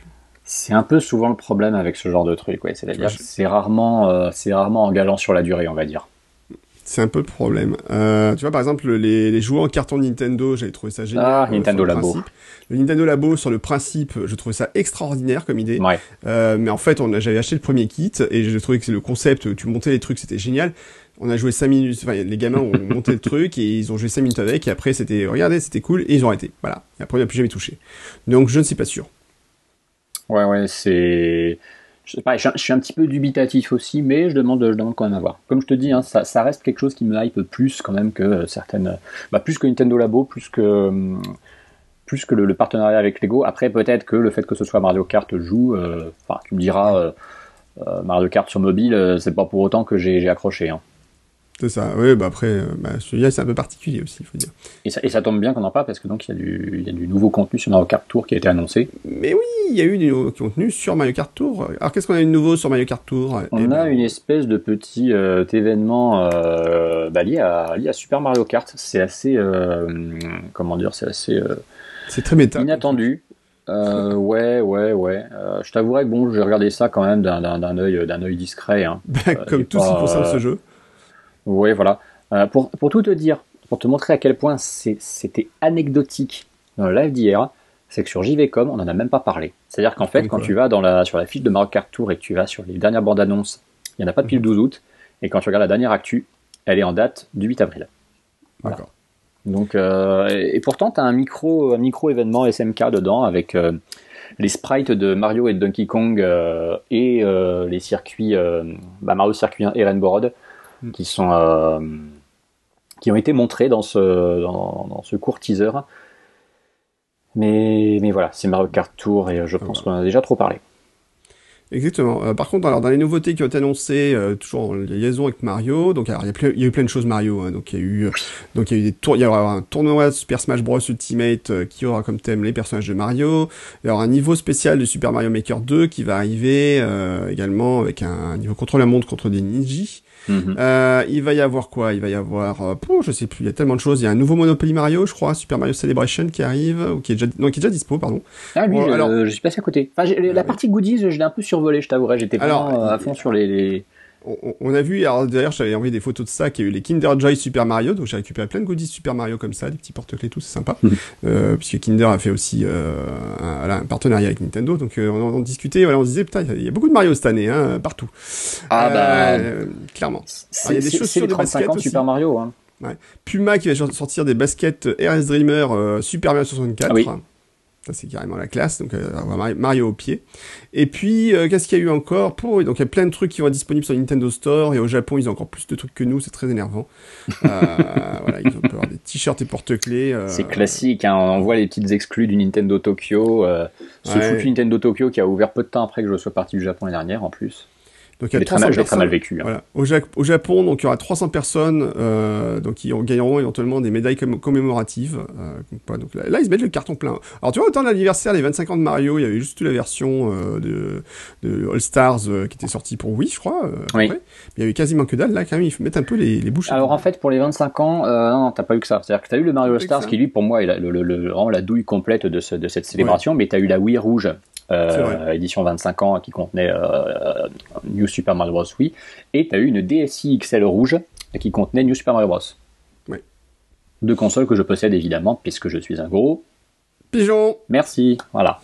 C'est un peu souvent le problème avec ce genre de truc, ouais. C'est-à-dire que c'est rarement, euh, c'est rarement engageant sur la durée, on va dire. C'est un peu le problème. Euh, tu vois, par exemple, les, les jouets en carton Nintendo, j'avais trouvé ça génial. Ah, euh, Nintendo sur le Labo. principe. Le Nintendo Labo, sur le principe, je trouvais ça extraordinaire comme idée. Ouais. Euh, mais en fait, on a, j'avais acheté le premier kit et je trouvais que le concept, tu montais les trucs, c'était génial. On a joué cinq minutes, enfin, les gamins ont monté le truc et ils ont joué cinq minutes avec et après c'était, regardez, c'était cool et ils ont arrêté. Voilà. Et après, on n'a plus jamais touché. Donc, je ne suis pas sûr. Ouais, ouais, c'est... Je sais pas, je suis un petit peu dubitatif aussi, mais je demande, je demande quand même à voir. Comme je te dis, hein, ça, ça reste quelque chose qui me hype plus quand même que certaines... Bah, plus que Nintendo Labo, plus que... plus que le, le partenariat avec Lego. Après, peut-être que le fait que ce soit Mario Kart joue... euh, Enfin, tu me diras, euh, euh, Mario Kart sur mobile, euh, c'est pas pour autant que j'ai, j'ai accroché, hein. C'est ça. Oui, bah après, euh, bah, celui-là, c'est un peu particulier aussi, il faut dire. Et ça, et ça tombe bien qu'on en parle parce que donc il y a du, il y a du nouveau contenu sur Mario Kart Tour qui a été annoncé. Mais oui, il y a eu du nouveau contenu sur Mario Kart Tour. Alors, qu'est-ce qu'on a eu de nouveau sur Mario Kart Tour? On Eh a ben, une espèce de petit euh, événement euh, bah, lié, à, lié à Super Mario Kart. C'est assez, euh, comment dire, c'est assez euh, c'est très méta. inattendu. Euh, ouais, ouais, ouais. Euh, je t'avouerais que bon, j'ai regardé ça quand même d'un, d'un, d'un œil, d'un œil discret. Hein. Bah, Euh, comme j'ai tout ce qui pas, concerne euh, ce jeu. Ouais, voilà. Euh, pour, pour tout te dire, pour te montrer à quel point c'est, c'était anecdotique dans le live d'hier, c'est que sur J V Com, on n'en a même pas parlé. C'est-à-dire qu'en fait, Comme quand quoi. tu vas dans la, sur la fiche de Mario Kart Tour et que tu vas sur les dernières bandes annonces, il n'y en a pas depuis le douze août. Et quand tu regardes la dernière actu, elle est en date du huit avril. Voilà. D'accord. Donc, euh, et, et pourtant, tu as un micro, un micro événement S M K dedans avec euh, les sprites de Mario et de Donkey Kong euh, et euh, les circuits, euh, bah Mario Circuit un et Rainbow Road, mm. qui sont... Euh, qui ont été montrés dans ce, dans, dans ce court teaser. Mais, mais voilà, c'est Mario Kart Tour et je pense ah, qu'on en a déjà trop parlé. Exactement. Euh, par contre, alors dans les nouveautés qui ont été annoncées, euh, toujours en liaison avec Mario, donc alors il y a, ple- il y a eu plein de choses Mario. Hein, donc il y a eu, euh, donc il y a eu des tours, il y aura un tournoi de Super Smash Bros Ultimate euh, qui aura comme thème les personnages de Mario. Il y aura un niveau spécial de Super Mario Maker deux qui va arriver euh, également avec un, un niveau contre la montre contre des ninjas. Mm-hmm. Euh, il va y avoir quoi? Il va y avoir, euh, oh, je sais plus, il y a tellement de choses. Il y a un nouveau Monopoly Mario, je crois, Super Mario Celebration qui arrive, ou qui est déjà, non, qui est déjà dispo, pardon. Ah lui, bon, je, alors, je suis passé à côté. Enfin, j'ai, la ouais. partie goodies, je l'ai un peu survolé, je t'avouerai. J'étais vraiment alors, à fond sur les. les... On, on a vu, alors d'ailleurs, j'avais envoyé des photos de ça, qu'il y a eu les Kinder Joy Super Mario, donc j'ai récupéré plein de goodies Super Mario comme ça, des petits porte-clés, tout, c'est sympa. euh, puisque Kinder a fait aussi euh, un, voilà, un partenariat avec Nintendo, donc euh, on en discutait, voilà, on se disait, putain, il y a beaucoup de Mario cette année, hein, partout. Ah bah. Euh, clairement. C'est, alors, il y a des chaussures de basket ans de Super Mario, hein. Ouais. Puma qui va sortir des baskets R S Dreamer euh, Super Mario soixante-quatre. Ah oui. Ça, c'est carrément la classe. Donc, euh, Mario au pied. Et puis, euh, qu'est-ce qu'il y a eu encore pour... Donc, il y a plein de trucs qui vont être disponibles sur Nintendo Store. Et au Japon, ils ont encore plus de trucs que nous. C'est très énervant. euh, voilà, ils ont peur des t-shirts et porte-clés. Euh... C'est classique. Hein, on voit les petites exclus du Nintendo Tokyo. Euh, ce ouais. foutu Nintendo Tokyo qui a ouvert peu de temps après que je sois parti du Japon l'année dernière, en plus. Donc il y a très mal, j'ai très mal vécu. Hein. Voilà. Au, ja- au Japon, donc il y aura trois cents personnes, euh, donc qui gagneront éventuellement des médailles comm- commémoratives. Euh, donc là, là, ils se mettent le carton plein. Alors tu vois, autant l'anniversaire, les vingt-cinq ans de Mario, il y avait juste la version euh, de, de All Stars euh, qui était sortie pour Wii, je crois. Euh, oui. Mais il y avait quasiment que dalle. Là, quand même, ils mettent un peu les, les bouches. Alors en fait, pour les vingt-cinq ans, euh, non, t'as pas eu que ça. C'est-à-dire que t'as eu le Mario All Stars qui lui, pour moi, est la, le, le, le, vraiment la douille complète de, ce, de cette célébration, ouais. Mais t'as eu la Wii rouge. Euh, édition vingt-cinq ans qui contenait euh, New Super Mario Bros. Wii, et tu as eu une D S i X L rouge qui contenait New Super Mario Bros. Oui. Deux consoles que je possède évidemment puisque je suis un gros pigeon. Merci, voilà.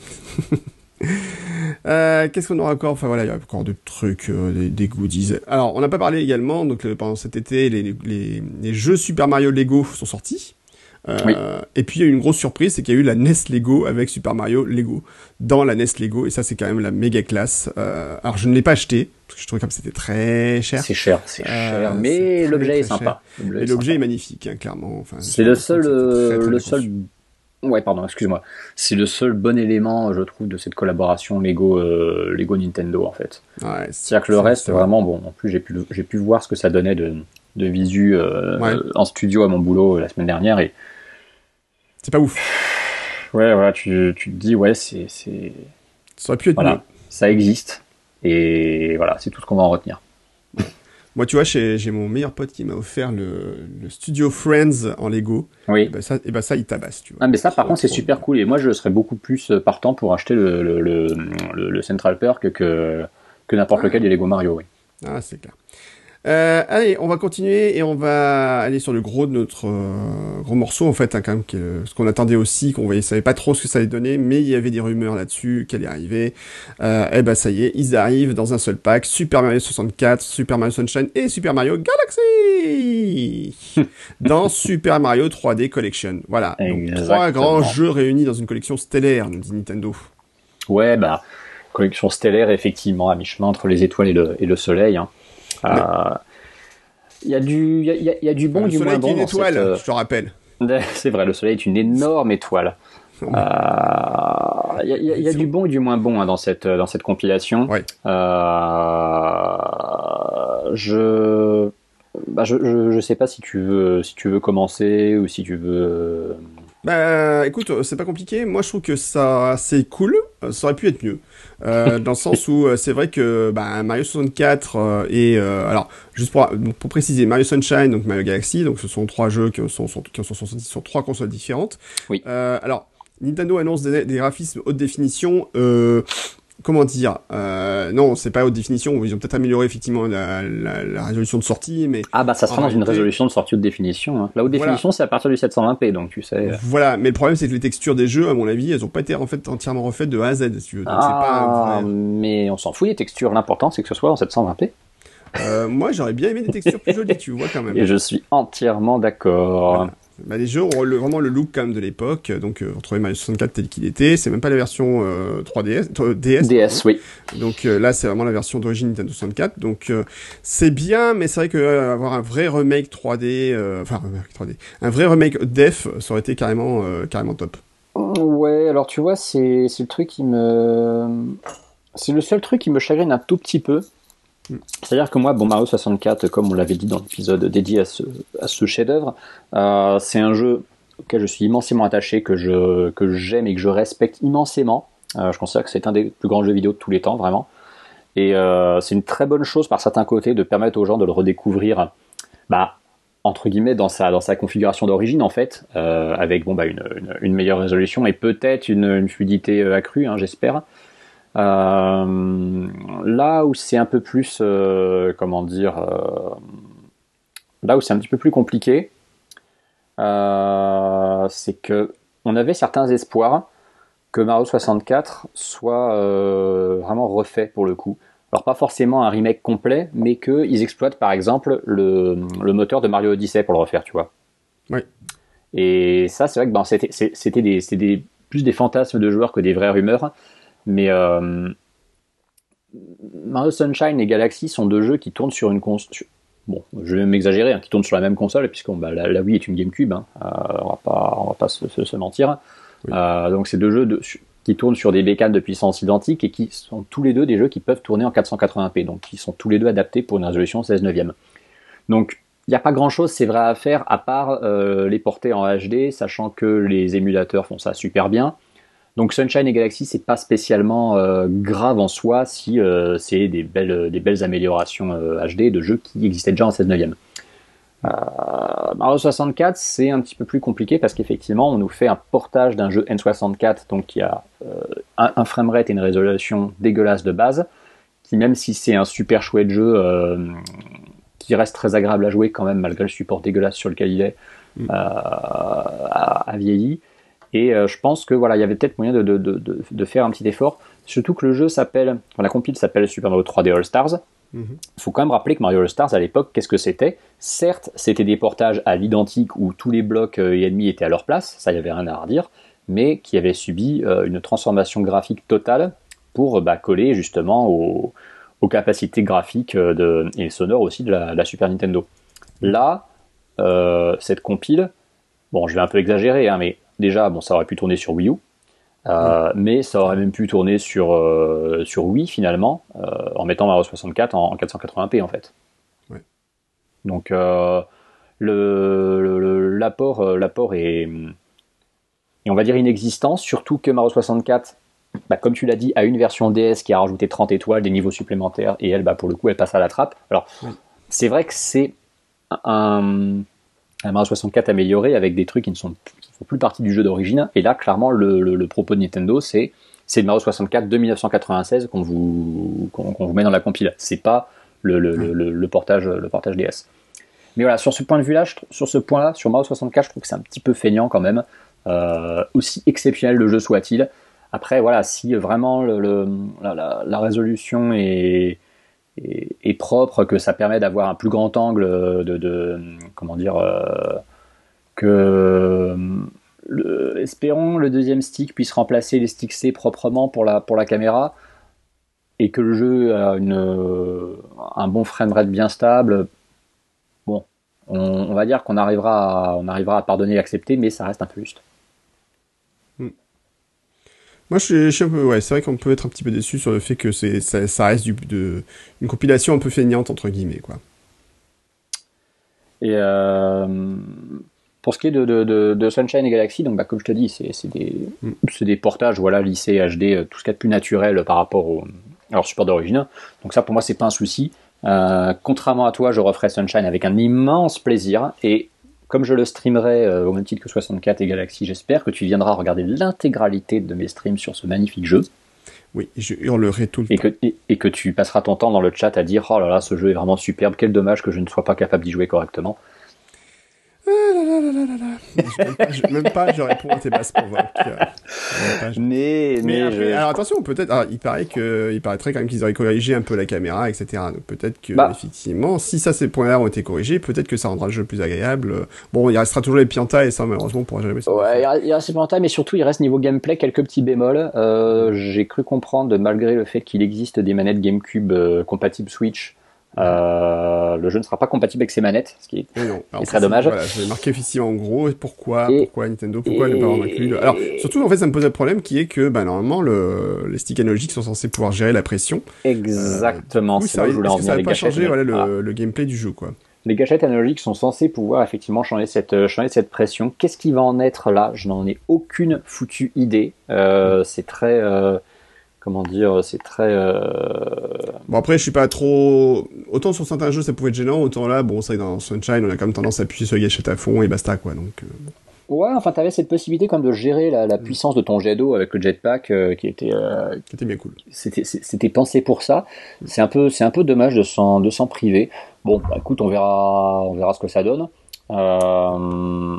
euh, qu'est-ce qu'on aura encore? Enfin voilà, il y a encore des trucs, euh, des, des goodies. Alors, on n'a pas parlé également, donc le, pendant cet été, les, les, les jeux Super Mario Lego sont sortis. Euh, oui. Et puis il y a eu une grosse surprise, c'est qu'il y a eu la N E S Lego avec Super Mario Lego dans la N E S Lego, et ça c'est quand même la méga classe. Euh, alors je ne l'ai pas acheté parce que je trouvais comme c'était très cher. C'est cher, c'est euh, cher, mais c'est l'objet très, est très sympa. L'objet et est l'objet sympa. Est magnifique, hein, clairement. Enfin, c'est le seul, très, très, très le seul. Ouais, pardon, excuse-moi. C'est le seul bon élément, je trouve, de cette collaboration Lego, euh, Lego Nintendo en fait. Ouais, c'est-à-dire que le reste, c'est vraiment bon. En plus, j'ai pu, j'ai pu voir ce que ça donnait de, de visu euh, ouais. en studio à mon boulot la semaine dernière et c'est pas ouf. Ouais, voilà, tu, tu te dis, ouais, c'est, c'est... Ça aurait pu être voilà, mieux. Ça existe, et voilà, c'est tout ce qu'on va en retenir. Moi, tu vois, j'ai, j'ai mon meilleur pote qui m'a offert le, le Studio Friends en Lego. Oui. Et ben ça, et ben ça, il tabasse, tu vois. Ah, mais ça, par Trop, contre, c'est trop super bien. cool. Et moi, je serais beaucoup plus partant pour acheter le, le, le, le, le Central Perk que, que n'importe Ah, lequel des Lego Mario, oui. ah, c'est clair. Euh, allez, on va continuer et on va aller sur le gros de notre euh, gros morceau en fait, hein, quand même, qui est, euh, ce qu'on attendait aussi, qu'on voyait, savait pas trop ce que ça allait donner, mais il y avait des rumeurs là-dessus qu'elle allait arriver. Euh, et ben ça y est, ils arrivent dans un seul pack, Super Mario soixante-quatre, Super Mario Sunshine et Super Mario Galaxy dans Super Mario trois D Collection. Voilà, donc trois grands Exactement. jeux réunis dans une collection stellaire, nous dit Nintendo. Ouais, bah, collection stellaire, effectivement, à mi-chemin entre les étoiles et le, et le soleil. Hein. Il Ouais. euh, y, a du, y, a, y, a, y a du bon, Le du moins soleil qui est bon une dans étoile, cette... Euh... je te rappelle. C'est vrai, le soleil est une énorme étoile. Il euh, y, a, y, a, y a du bon et du moins bon hein, dans, cette, dans cette compilation. Ouais. Euh, je, bah je, je, je sais pas si tu veux, si tu veux commencer ou si tu veux. Bah, écoute, c'est pas compliqué. Moi, je trouve que ça, c'est cool. Ça aurait pu être mieux, euh, dans le sens où euh, c'est vrai que bah, Mario soixante-quatre euh, et euh, alors juste pour, pour préciser, Mario Sunshine, donc Mario Galaxy, donc ce sont trois jeux qui sont, sont qui sont sortis sur trois consoles différentes. Oui. Euh, alors, Nintendo annonce des, des graphismes haute définition. Euh, Comment dire euh, Non, c'est pas haute définition. Ils ont peut-être amélioré effectivement la, la, la résolution de sortie, mais ah bah ça sera dans réalité, une résolution de sortie haute définition. Hein. La haute voilà. définition, c'est à partir du sept cent vingt p, donc tu sais. Voilà, mais le problème c'est que les textures des jeux, à mon avis, elles ont pas été en fait entièrement refaites de A à Z, si tu veux. Donc ah, c'est pas un vrai. Mais on s'en fout les textures. L'important c'est que ce soit en sept cent vingt p. Euh, moi, j'aurais bien aimé des textures plus jolies, tu vois quand même. Et je suis entièrement d'accord. Voilà. Bah, les jeux ont le, vraiment le look quand même de l'époque, donc euh, retrouver Mario soixante-quatre tel qu'il était, c'est même pas la version euh, trois D S, D S. D S, oui. Donc euh, là, c'est vraiment la version d'origine Nintendo soixante-quatre, donc euh, c'est bien, mais c'est vrai que euh, avoir un vrai remake trois D, euh, enfin remake trois D, un vrai remake def, ça aurait été carrément, euh, carrément top. Ouais, alors tu vois, c'est c'est le truc qui me, c'est le seul truc qui me chagrine un tout petit peu. C'est-à-dire que moi, bon, Mario soixante-quatre, comme on l'avait dit dans l'épisode dédié à ce, à ce chef-d'œuvre, euh, c'est un jeu auquel je suis immensément attaché, que je que j'aime et que je respecte immensément. Euh, je considère que c'est un des plus grands jeux vidéo de tous les temps, vraiment. Et euh, c'est une très bonne chose par certains côtés de permettre aux gens de le redécouvrir, bah, entre guillemets, dans sa, dans sa configuration d'origine, en fait, euh, avec bon, bah, une, une, une meilleure résolution et peut-être une, une fluidité accrue, hein, j'espère. Euh, là où c'est un peu plus, euh, comment dire, euh, là où c'est un petit peu plus compliqué, euh, c'est que on avait certains espoirs que Mario soixante-quatre soit euh, vraiment refait pour le coup. Alors pas forcément un remake complet, mais qu'ils exploitent par exemple le, le moteur de Mario Odyssey pour le refaire, tu vois. Oui. Et ça, c'est vrai que ben, c'était, c'était, des, c'était des, plus des fantasmes de joueurs que des vraies rumeurs. Mais euh, Mario Sunshine et Galaxy sont deux jeux qui tournent sur une console. Bon, je vais m'exagérer, hein, qui tournent sur la même console, puisque bah, la, la Wii est une GameCube, hein, euh, on va pas, on va pas se, se, se mentir. Oui. Euh, donc c'est deux jeux de, qui tournent sur des bécanes de puissance identique et qui sont tous les deux des jeux qui peuvent tourner en quatre cent quatre-vingts p, donc qui sont tous les deux adaptés pour une résolution seize neuvième. Donc il n'y a pas grand chose, c'est vrai, à faire, à part euh, les porter en H D, sachant que les émulateurs font ça super bien. Donc Sunshine et Galaxy, c'est pas spécialement euh, grave en soi si euh, c'est des belles, des belles améliorations euh, H D de jeux qui existaient déjà en seize neuvième. Euh, Mario soixante-quatre, c'est un petit peu plus compliqué parce qu'effectivement, on nous fait un portage d'un jeu N soixante-quatre, donc qui a euh, un, un framerate et une résolution dégueulasse de base, qui même si c'est un super chouette jeu, euh, qui reste très agréable à jouer quand même malgré le support dégueulasse sur lequel il est, euh, a, a vieilli. Et euh, je pense que voilà, il y avait peut-être moyen de, de, de, de faire un petit effort, surtout que le jeu s'appelle, enfin, la compile s'appelle Super Mario trois D All Stars. Il mm-hmm. faut quand même rappeler que Mario All Stars à l'époque, qu'est-ce que c'était ? Certes, c'était des portages à l'identique où tous les blocs euh, et ennemis étaient à leur place, ça il y avait rien à redire, mais qui avait subi euh, une transformation graphique totale pour bah, coller justement aux, aux capacités graphiques de, et sonores aussi de la, de la Super Nintendo. Là, euh, cette compile, bon, je vais un peu exagérer, hein, mais déjà, bon, ça aurait pu tourner sur Wii U, euh, mmh. mais ça aurait même pu tourner sur, euh, sur Wii finalement, euh, en mettant Mario soixante-quatre en, en quatre cent quatre-vingts p en fait. Ouais. Donc euh, le, le, l'apport, euh, l'apport est, est, on va dire, inexistant, surtout que Mario soixante-quatre, bah, comme tu l'as dit, a une version D S qui a rajouté trente étoiles, des niveaux supplémentaires, et elle, bah, pour le coup, elle passe à la trappe. Alors, oui. c'est vrai que c'est un, un Mario soixante-quatre amélioré avec des trucs qui ne sont, qui font plus partie du jeu d'origine. Et là, clairement, le, le, le propos de Nintendo, c'est c'est le Mario soixante-quatre de dix-neuf cent quatre-vingt-seize qu'on vous, qu'on, qu'on vous met dans la compile. C'est pas le, le, le, le, le, portage, le portage D S. Mais voilà, sur ce point de vue-là, je, sur ce point-là, sur Mario soixante-quatre, je trouve que c'est un petit peu feignant quand même. Euh, aussi exceptionnel le jeu soit-il. Après, voilà, si vraiment le, le, la, la, la résolution est, est, est propre, que ça permet d'avoir un plus grand angle, de, de comment dire, euh, que le, espérons le deuxième stick puisse remplacer les sticks C proprement pour la, pour la caméra, et que le jeu a une, un bon framerate bien stable. Bon, on, on va dire qu'on arrivera à, on arrivera à pardonner et accepter, mais ça reste un peu juste. Moi, je suis, je suis un peu, ouais, c'est vrai qu'on peut être un petit peu déçu sur le fait que c'est, ça, ça reste du, de, une compilation un peu feignante, entre guillemets, quoi. Et euh, pour ce qui est de, de, de, de Sunshine et Galaxy, donc bah, comme je te dis, c'est, c'est, des, mm. c'est des portages, voilà, lissés, H D, tout ce qu'il y a de plus naturel par rapport au, à leur support d'origine. Donc ça, pour moi, c'est pas un souci. Euh, contrairement à toi, je referai Sunshine avec un immense plaisir, et comme je le streamerai euh, au même titre que soixante-quatre et Galaxy, j'espère que tu viendras regarder l'intégralité de mes streams sur ce magnifique jeu. Oui, je hurlerai tout le et temps. Que, et, et que tu passeras ton temps dans le chat à dire « Oh là là, ce jeu est vraiment superbe, quel dommage que je ne sois pas capable d'y jouer correctement. » Ah là là là là là là. Même pas, je, même pas, je réponds à tes basses provoques. Mais, mais, mais après, je... alors attention, peut-être, alors, il paraît que, il paraîtrait quand même qu'ils auraient corrigé un peu la caméra, et cetera. Donc peut-être que, bah. effectivement, si ça, ces points-là ont été corrigés, peut-être que ça rendra le jeu plus agréable. Bon, il restera toujours les piantas, et ça, malheureusement, on pourra jamais se Ouais, il reste les piantas, mais surtout, il reste niveau gameplay quelques petits bémols. Euh, j'ai cru comprendre, malgré le fait qu'il existe des manettes GameCube euh, compatibles Switch, Euh, le jeu ne sera pas compatible avec ses manettes, ce qui est, non. Alors, est très dommage. Voilà, je vais marquer effectivement en gros pourquoi, et, pourquoi Nintendo, pourquoi et, ne pas avoir inclus. Le... Alors surtout en fait ça me pose un problème qui est que bah, normalement le... les sticks analogiques sont censés pouvoir gérer la pression. Exactement. Euh, coup, c'est là où je voulais en venir. Ça va pas changer voilà, le, ah. le gameplay du jeu quoi. Les gâchettes analogiques sont censées pouvoir effectivement changer cette, changer cette pression. Qu'est-ce qui va en être là? Je n'en ai aucune foutue idée. Euh, c'est très euh, comment dire, c'est très... Euh... Bon après je suis pas trop... Autant sur certains jeux ça pouvait être gênant, autant là, bon c'est vrai que dans Sunshine on a quand même tendance à appuyer sur la gâchette à fond et basta quoi, donc... Euh... Ouais, enfin t'avais cette possibilité comme de gérer la, la puissance de ton jet d'eau avec le jetpack euh, qui était... Euh... Qui était bien cool. C'était, c'était pensé pour ça. C'est un peu, c'est un peu dommage de s'en, de s'en priver. Bon, bah, écoute, on verra, on verra ce que ça donne. Euh...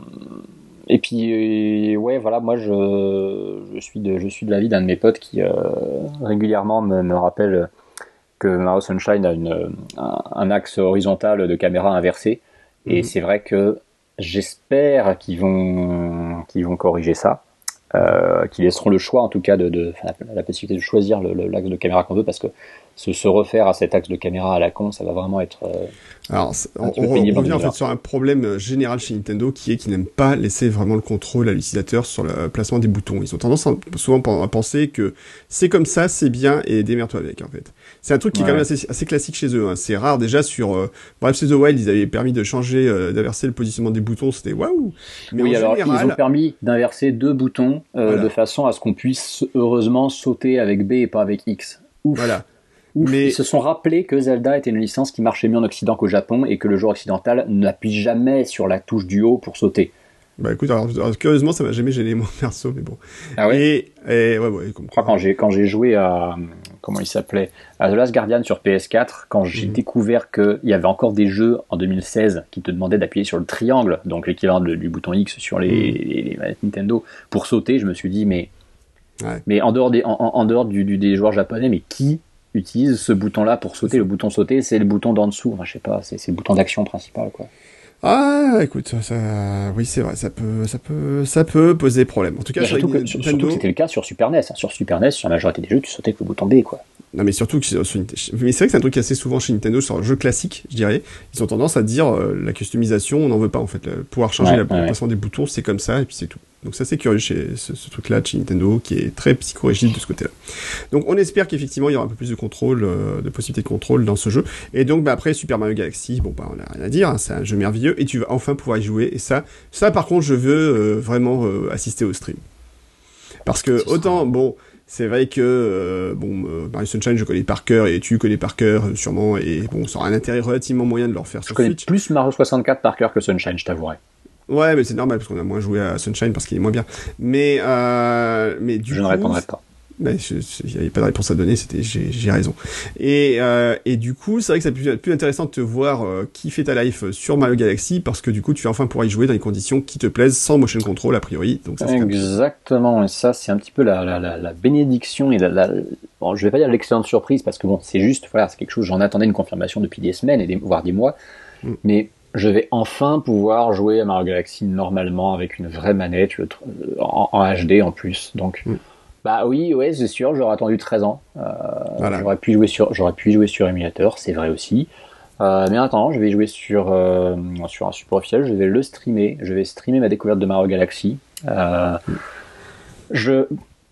Et puis, ouais, voilà, moi, je, je suis de, je suis de l'avis d'un de mes potes qui, euh, régulièrement me, me rappelle que Mario Sunshine a une, un, un axe horizontal de caméra inversé. Et mmh. c'est vrai que j'espère qu'ils vont, qu'ils vont corriger ça. Euh, qui laisseront le choix, en tout cas, de, de, la, la possibilité de choisir le, le, l'axe de caméra qu'on veut, parce que se, se refaire à cet axe de caméra à la con, ça va vraiment être... Euh, Alors, on, on revient en fait sur un problème général chez Nintendo, qui est qu'ils n'aiment pas laisser vraiment le contrôle à l'utilisateur sur le placement des boutons. Ils ont tendance à, souvent à penser que c'est comme ça, c'est bien, et démerde-toi avec, en fait. C'est un truc qui ouais. est quand même assez, assez classique chez eux. Hein. C'est rare, déjà, sur euh, Breath of the Wild, ils avaient permis de changer, euh, d'inverser le positionnement des boutons, c'était waouh. Mais oui, alors, général... ils ont permis d'inverser deux boutons euh, voilà. de façon à ce qu'on puisse, heureusement, sauter avec B et pas avec X. Ouf. Voilà. Ouf, mais... Ils se sont rappelés que Zelda était une licence qui marchait mieux en Occident qu'au Japon et que le joueur occidental n'appuie jamais sur la touche du haut pour sauter. Bah écoute, alors, alors curieusement, ça m'a jamais gêné moi perso, mais bon. Ah ouais. Et, et ouais, ouais. Comme je crois quand j'ai quand j'ai joué à comment il s'appelait à The Last Guardian sur P S quatre, quand j'ai mmh. découvert que il y avait encore des jeux en deux mille seize qui te demandaient d'appuyer sur le triangle, donc l'équivalent de, du bouton X sur les, mmh. les, les manettes Nintendo pour sauter, je me suis dit mais ouais. mais en dehors des en, en dehors du, du des joueurs japonais, mais qui utilise ce bouton-là pour sauter? Le bouton sauter, c'est le bouton d'en dessous. Enfin, je sais pas, c'est, c'est le bouton d'action principal, quoi. Ah, écoute, ça, oui, c'est vrai, ça peut, ça peut, ça peut poser problème. En tout cas, surtout, que, Nintendo... surtout que c'était le cas sur Super N E S. Sur Super N E S, sur la majorité des jeux, tu sautais avec le bouton B, quoi. Non, mais surtout que sur, sur, mais c'est vrai que c'est un truc assez souvent chez Nintendo sur le jeu classique, je dirais. Ils ont tendance à dire euh, la customisation, on n'en veut pas en fait. Le, pouvoir changer ouais, la, ouais, le placement ouais. des boutons, c'est comme ça et puis c'est tout. Donc ça c'est curieux chez ce, ce truc-là de chez Nintendo qui est très psychorigide de ce côté-là. Donc on espère qu'effectivement il y aura un peu plus de contrôle, euh, de possibilités de contrôle dans ce jeu. Et donc bah après Super Mario Galaxy, bon bah on a rien à dire, hein, c'est un jeu merveilleux et tu vas enfin pouvoir y jouer. Et ça, ça par contre je veux euh, vraiment euh, assister au stream. Parce que autant bon. c'est vrai que euh, bon, euh, Mario Sunshine, je connais par cœur et tu connais par cœur euh, sûrement, et bon, ça aura un intérêt relativement moyen de le refaire Je sur connais Switch. plus Mario soixante-quatre par cœur que Sunshine, je t'avouerai. Ouais, mais c'est normal parce qu'on a moins joué à Sunshine parce qu'il est moins bien. Mais euh, mais du Je coup, ne répondrai pas. Ben, il n'y avait pas de réponse à donner, c'était j'ai, j'ai raison. Et, euh, et du coup, c'est vrai que c'est plus, plus intéressant de te voir euh, kiffer ta life sur Mario Galaxy parce que du coup, tu vas enfin pouvoir y jouer dans des conditions qui te plaisent sans motion control a priori. Donc ça, c'est exactement, et ça c'est un petit peu la, la, la, la bénédiction et la, la bon, je vais pas dire l'excellente surprise parce que bon, c'est juste, voilà, c'est quelque chose, j'en attendais une confirmation depuis des semaines et des, voire des mois, mm. mais je vais enfin pouvoir jouer à Mario Galaxy normalement avec une vraie manette, le, en, en H D en plus, donc. Mm. Bah oui, ouais, c'est sûr, j'aurais attendu treize ans. Euh, voilà. J'aurais pu jouer sur, j'aurais pu jouer sur émulateur, c'est vrai aussi. Euh, mais attends, je vais jouer sur euh, sur un support officiel, je vais le streamer, je vais streamer ma découverte de Mario Galaxy. Euh, je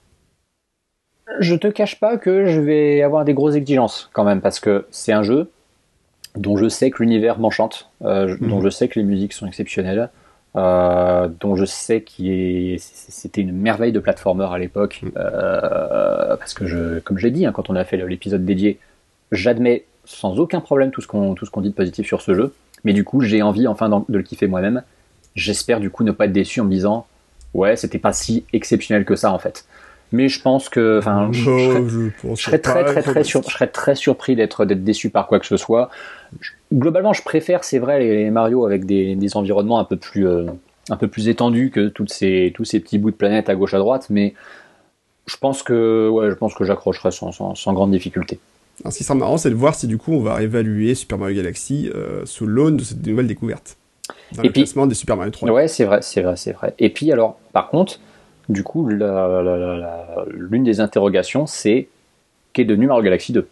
je te cache pas que je vais avoir des grosses exigences quand même parce que c'est un jeu dont je sais que l'univers m'enchante, euh, mmh. dont je sais que les musiques sont exceptionnelles. Euh, dont je sais qu'il est, c'était une merveille de platformer à l'époque, euh, parce que je, comme je l'ai dit, hein, quand on a fait l'épisode dédié, j'admets sans aucun problème tout ce qu'on, tout ce qu'on dit de positif sur ce jeu, mais du coup j'ai envie enfin de le kiffer moi-même. J'espère du coup ne pas être déçu en me disant ouais, c'était pas si exceptionnel que ça en fait. Mais je pense que, enfin, je, je, serais, je, je serais très très très, sur, je serais très surpris d'être d'être déçu par quoi que ce soit. Je, globalement, je préfère, c'est vrai, les Mario avec des, des environnements un peu plus euh, un peu plus étendus que toutes ces tous ces petits bouts de planète à gauche à droite. Mais je pense que ouais, je pense que j'accrocherai sans, sans sans grande difficulté. Alors, ce qui sera marrant, c'est de voir si du coup on va évaluer Super Mario Galaxy euh, sous l'aune de cette nouvelle découverte dans et le puis, classement des Super Mario trois. Ouais, c'est vrai, c'est vrai, c'est vrai. Et puis alors, par contre. Du coup, la, la, la, la, l'une des interrogations, c'est qu'est devenu Mario Galaxy deux.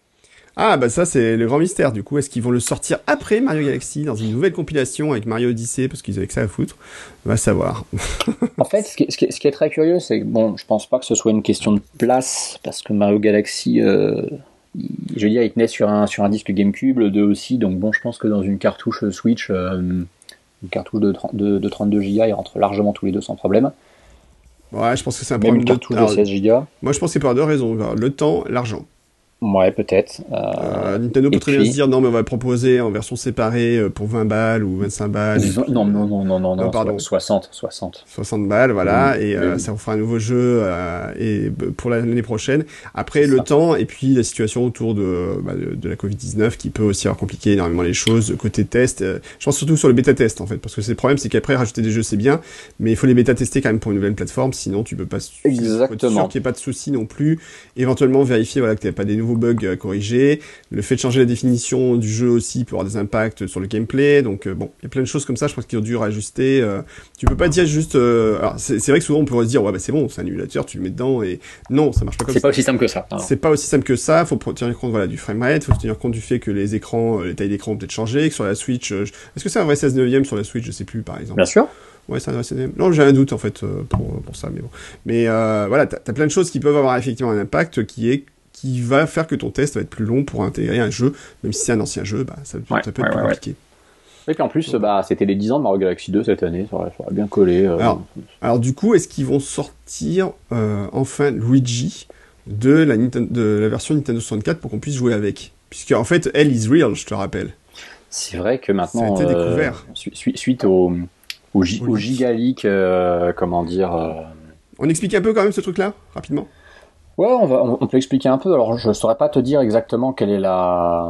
Ah, bah ça, c'est le grand mystère. Du coup, est-ce qu'ils vont le sortir après Mario Galaxy, dans une nouvelle compilation avec Mario Odyssey, parce qu'ils avaient que ça à foutre? On va savoir. En fait, ce qui, est, ce, qui est, ce qui est très curieux, c'est que, bon, je pense pas que ce soit une question de place, parce que Mario Galaxy, euh, il, je veux dire, il tenait sur un, sur un disque GameCube, le deux aussi, donc bon, je pense que dans une cartouche Switch, euh, une cartouche de, de, de trente-deux giga, il rentre largement tous les deux sans problème. Ouais, je pense que c'est un Même problème une cartouche de, de seize giga. Moi, je pense que c'est pour deux raisons. Le temps, l'argent. Ouais, peut-être. Euh, euh, Nintendo peut très puis... bien se dire non, mais on va le proposer en version séparée pour vingt balles ou vingt-cinq balles. Disons, non, non, non, non, non, non, pardon. soixante, soixante. soixante balles, voilà, mmh, et euh, mmh. ça vous fera un nouveau jeu euh, et pour l'année prochaine. Après, c'est le ça. temps et puis la situation autour de, bah, de, de la covid dix-neuf qui peut aussi avoir compliqué énormément les choses. Côté test, euh, je pense surtout sur le bêta-test en fait, parce que c'est le problème, c'est qu'après, rajouter des jeux, c'est bien, mais il faut les bêta-tester quand même pour une nouvelle plateforme, sinon tu peux pas Exactement. Faut être sûr qu'il n'y ait pas de soucis non plus. Éventuellement, vérifier voilà, que tu n'as pas des nouveaux bugs à corriger. Le fait de changer la définition du jeu aussi peut avoir des impacts sur le gameplay. Donc euh, bon, il y a plein de choses comme ça, je pense qu'ils ont dû ajuster. Euh, tu peux pas dire juste... Euh, alors c'est, c'est vrai que souvent on pourrait se dire, ouais bah c'est bon, c'est un émulateur, tu le mets dedans et... Non, ça marche pas comme c'est ça. C'est pas aussi simple que ça. Non. C'est pas aussi simple que ça, faut tenir compte voilà, du framerate, faut tenir compte du fait que les écrans, les tailles d'écran ont peut-être changé, que sur la Switch... Euh, est-ce que c'est un vrai seize neuvième sur la Switch? Je sais plus par exemple. Bien sûr. Ouais, c'est un vrai seize neuvième. Non, j'ai un doute en fait euh, pour, pour ça, mais bon. Mais euh, voilà, t'as, t'as plein de choses qui peuvent avoir effectivement un impact qui est... qui va faire que ton test va être plus long pour intégrer un jeu, même si c'est un ancien jeu, bah, ça, ouais, ça peut ouais, être plus ouais, compliqué. Ouais. Et puis en plus, ouais. bah, c'était les dix ans de Mario Galaxy deux cette année, ça aurait, ça aurait bien collé. Euh... Alors, alors du coup, est-ce qu'ils vont sortir euh, enfin Luigi de la, Nintendo, de la version Nintendo soixante-quatre pour qu'on puisse jouer avec? Puisque en fait, Hell is Real, je te rappelle. C'est vrai que maintenant, ça a été découvert. Euh, su- suite au, au, gi- au Gigaleak, euh, comment dire... Euh... On explique un peu quand même ce truc-là, rapidement. Ouais, on, va, on peut expliquer un peu. Alors, je saurais pas te dire exactement quelle est la,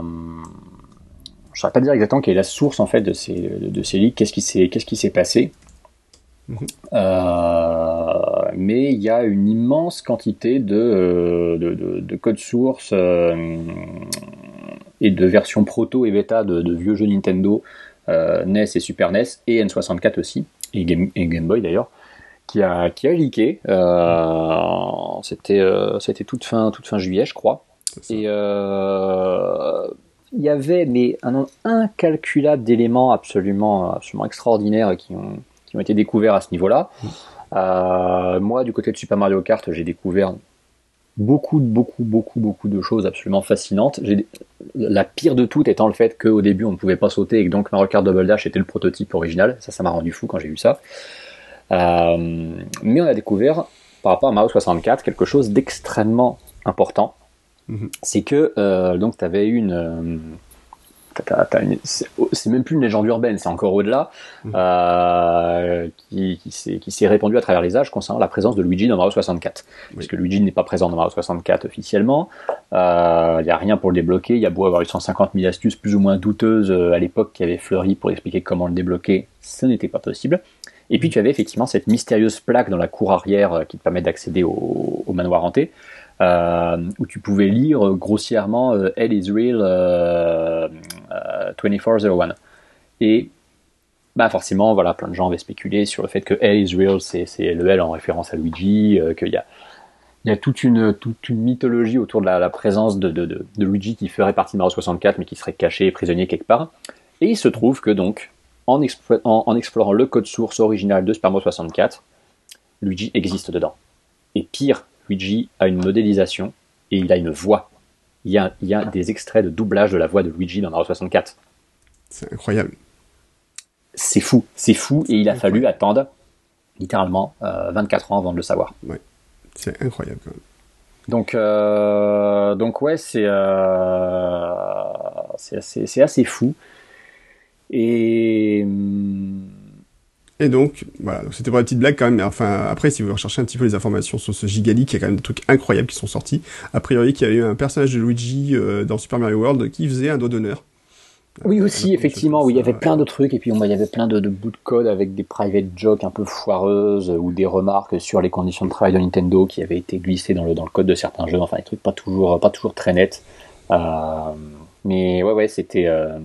je saurais pas te dire exactement quelle est la source en fait de ces de, de ces leaks. Qu'est-ce qui s'est qu'est-ce qui s'est passé mm-hmm. euh, Mais il y a une immense quantité de de, de, de code source euh, et de versions proto et bêta de, de vieux jeux Nintendo, euh, N E S et Super N E S et N soixante-quatre aussi et Game, et Game Boy d'ailleurs. qui a qui a leaké. Euh, c'était euh, c'était toute fin toute fin juillet, je crois. Et euh, il y avait mais un nombre incalculable d'éléments absolument absolument extraordinaires qui ont qui ont été découverts à ce niveau-là. Mmh. Euh, moi, du côté de Super Mario Kart, j'ai découvert beaucoup beaucoup beaucoup beaucoup de choses absolument fascinantes. J'ai, la pire de toutes étant le fait qu'au début on ne pouvait pas sauter et que donc Mario Kart Double Dash était le prototype original. Ça, ça m'a rendu fou quand j'ai vu ça. Euh, mais on a découvert par rapport à Mario soixante-quatre quelque chose d'extrêmement important. Mm-hmm. C'est que euh, donc tu avais une, euh, t'as, t'as une c'est, c'est même plus une légende urbaine, c'est encore au-delà, mm-hmm. euh, qui, qui, s'est, qui s'est répandue à travers les âges concernant la présence de Luigi dans Mario soixante-quatre. Oui. Puisque Luigi n'est pas présent dans Mario soixante-quatre officiellement, il euh, n'y a rien pour le débloquer, il y a beau avoir eu cent cinquante mille astuces plus ou moins douteuses euh, à l'époque qui avaient fleuri pour expliquer comment le débloquer, ce n'était pas possible. Et puis tu avais effectivement cette mystérieuse plaque dans la cour arrière euh, qui te permet d'accéder au, au manoir hanté, euh, où tu pouvais lire euh, grossièrement euh, Hell is real euh, euh, vingt-quatre zéro un. Et bah forcément, voilà, plein de gens avaient spéculé sur le fait que Hell is real, c'est, c'est le L en référence à Luigi, euh, qu'il y a, il y a toute une, toute une mythologie autour de la, la présence de, de, de, de Luigi qui ferait partie de Mario soixante-quatre, mais qui serait caché et prisonnier quelque part. Et il se trouve que donc, En, explo- en, en explorant le code source original de Super Mario soixante-quatre, Luigi existe dedans. Et pire, Luigi a une modélisation et il a une voix. Il y a, il y a des extraits de doublage de la voix de Luigi dans Mario soixante-quatre. C'est incroyable. C'est fou, c'est fou et il a fallu attendre littéralement euh, vingt-quatre ans avant de le savoir. Ouais, c'est incroyable quand même. Donc, euh, donc ouais, c'est, euh, c'est, assez, c'est assez fou. Et... Et donc, voilà, donc c'était pour la petite blague quand même, mais enfin, après, si vous recherchez un petit peu les informations sur ce Gigalic, il y a quand même des trucs incroyables qui sont sortis. A priori, qu'il y avait eu un personnage de Luigi euh, dans Super Mario World qui faisait un doigt d'honneur. Oui, aussi, effectivement, oui, il y avait plein de trucs, et puis il y avait plein de, de bouts de code avec des private jokes un peu foireuses, ou des remarques sur les conditions de travail de Nintendo qui avaient été glissées dans le, dans le code de certains jeux, enfin, des trucs pas toujours, pas toujours très nets. Euh, mais ouais, ouais, c'était... Euh,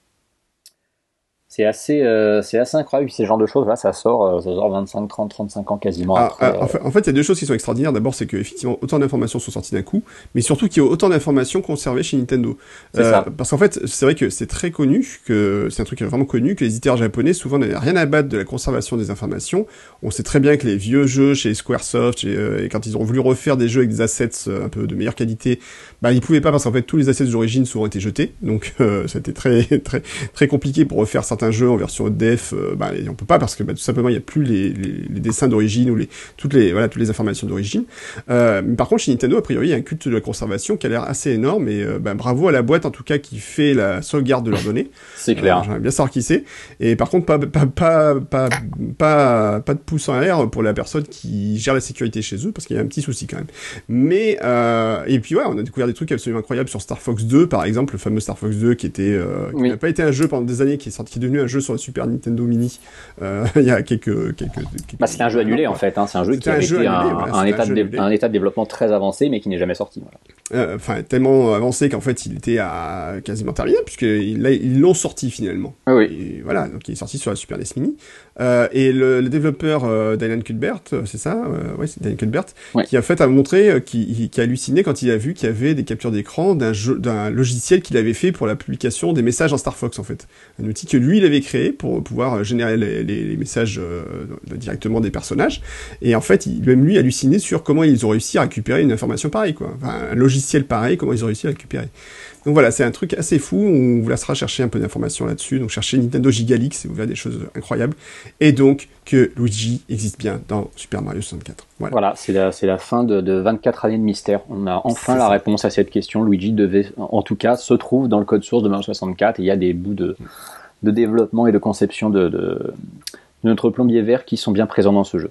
C'est assez, euh, c'est assez incroyable, ces genres de choses, là, ça sort, euh, ça sort vingt-cinq, trente, trente-cinq ans quasiment ah, après. Ah, en, fait, en fait, il y a deux choses qui sont extraordinaires. D'abord, c'est que effectivement, autant d'informations sont sorties d'un coup, mais surtout qu'il y a autant d'informations conservées chez Nintendo. C'est euh, ça. Parce qu'en fait, c'est vrai que c'est très connu, que c'est un truc vraiment connu, que les éditeurs japonais, souvent, n'avaient rien à battre de la conservation des informations. On sait très bien que les vieux jeux chez Squaresoft, chez, euh, et quand ils ont voulu refaire des jeux avec des assets euh, un peu de meilleure qualité, bah, ils pouvaient pas parce qu'en fait, tous les assets d'origine souvent été jetés. Donc, euh, c'était très, très, très compliqué pour refaire certains jeux en version def, euh, bah, on peut pas parce que bah, tout simplement il y a plus les, les, les dessins d'origine ou les toutes les voilà toutes les informations d'origine. Euh, mais par contre chez Nintendo a priori il y a un culte de la conservation qui a l'air assez énorme et euh, bah, bravo à la boîte en tout cas qui fait la sauvegarde de leurs données. C'est clair. Euh, j'aimerais bien savoir qui c'est. Et par contre pas pas pas pas pas, pas de pouce en l'air pour la personne qui gère la sécurité chez eux parce qu'il y a un petit souci quand même. Mais euh, et puis ouais on a découvert des trucs absolument incroyables sur Star Fox deux par exemple, le fameux Star Fox deux qui était euh, qui oui. n'a pas été un jeu pendant des années qui est sorti qui est devenu un jeu sur la Super Nintendo Mini euh, il y a quelques quelques, quelques bah c'est un jeu annulé en fait hein. C'est un jeu qui a été un, voilà, un, état un, de dé- un état de développement très avancé mais qui n'est jamais sorti voilà. Enfin euh, tellement avancé qu'en fait il était à quasiment terminé puisque il, là, ils l'ont sorti finalement ah oui. Et voilà donc il est sorti sur la Super N E S Mini euh, et le, le développeur euh, Dylan Cuthbert c'est ça euh, ouais c'est Dylan Cuthbert ouais. qui a fait a montré euh, qui, qui a halluciné quand il a vu qu'il y avait des captures d'écran d'un jeu d'un logiciel qu'il avait fait pour la publication des messages en Star Fox en fait un outil que lui il avait créé pour pouvoir générer les, les, les messages euh, directement des personnages et en fait il, même lui halluciné sur comment ils ont réussi à récupérer une information pareille quoi enfin un logiciel pareil comment ils ont réussi à récupérer donc voilà c'est un truc assez fou on vous laissera chercher un peu d'informations là-dessus donc cherchez Nintendo Gigalix et vous verrez des choses incroyables et donc que Luigi existe bien dans Super Mario soixante-quatre voilà, voilà c'est, la, c'est la fin de, de vingt-quatre années de mystère on a enfin c'est la ça. Réponse à cette question Luigi devait en tout cas se trouve dans le code source de Mario soixante-quatre et il y a des bouts de de développement et de conception de, de, de notre plombier vert qui sont bien présents dans ce jeu.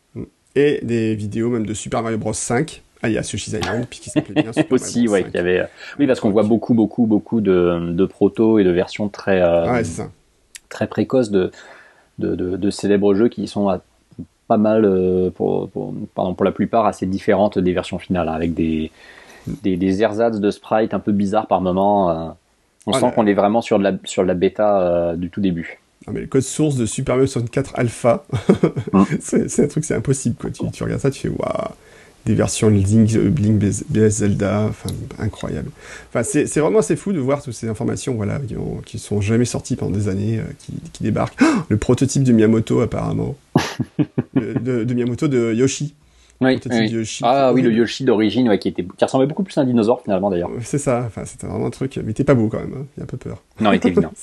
Et des vidéos même de Super Mario Bros cinq, alias Yoshi's Island, puisqu'il s'appelait bien Super aussi, Mario Bros ouais, cinq. Il y avait, oui, parce qu'on voit beaucoup, beaucoup, beaucoup de, de protos et de versions très, euh, ouais, c'est ça. très précoces de, de, de, de célèbres jeux qui sont à, pas mal, euh, pour, pour, pardon, pour la plupart, assez différentes des versions finales, hein, avec des, des, des ersatz de sprites un peu bizarres par moment. Euh, On ah, sent là. qu'on est vraiment sur de la, sur de la bêta euh, du tout début. Non, mais le code source de Super Mario soixante-quatre Alpha, mm. c'est, c'est un truc, c'est impossible. Quoi. Tu, tu regardes ça, tu fais waouh, des versions Link, Blink, B S Zelda, enfin incroyable. Enfin, c'est, c'est vraiment assez fou de voir toutes ces informations, voilà, qui, ont, qui sont jamais sorties pendant des années, euh, qui, qui débarquent. Oh, le prototype de Miyamoto apparemment, de, de, de Miyamoto de Yoshi. Oui, oui. Yoshi, ah oui, le Yoshi d'origine, ouais, qui était, qui ressemblait beaucoup plus à un dinosaure finalement d'ailleurs. C'est ça. Enfin, c'était vraiment un truc, mais il était pas beau quand même. Hein. Il y a un peu peur. Non, il était évident.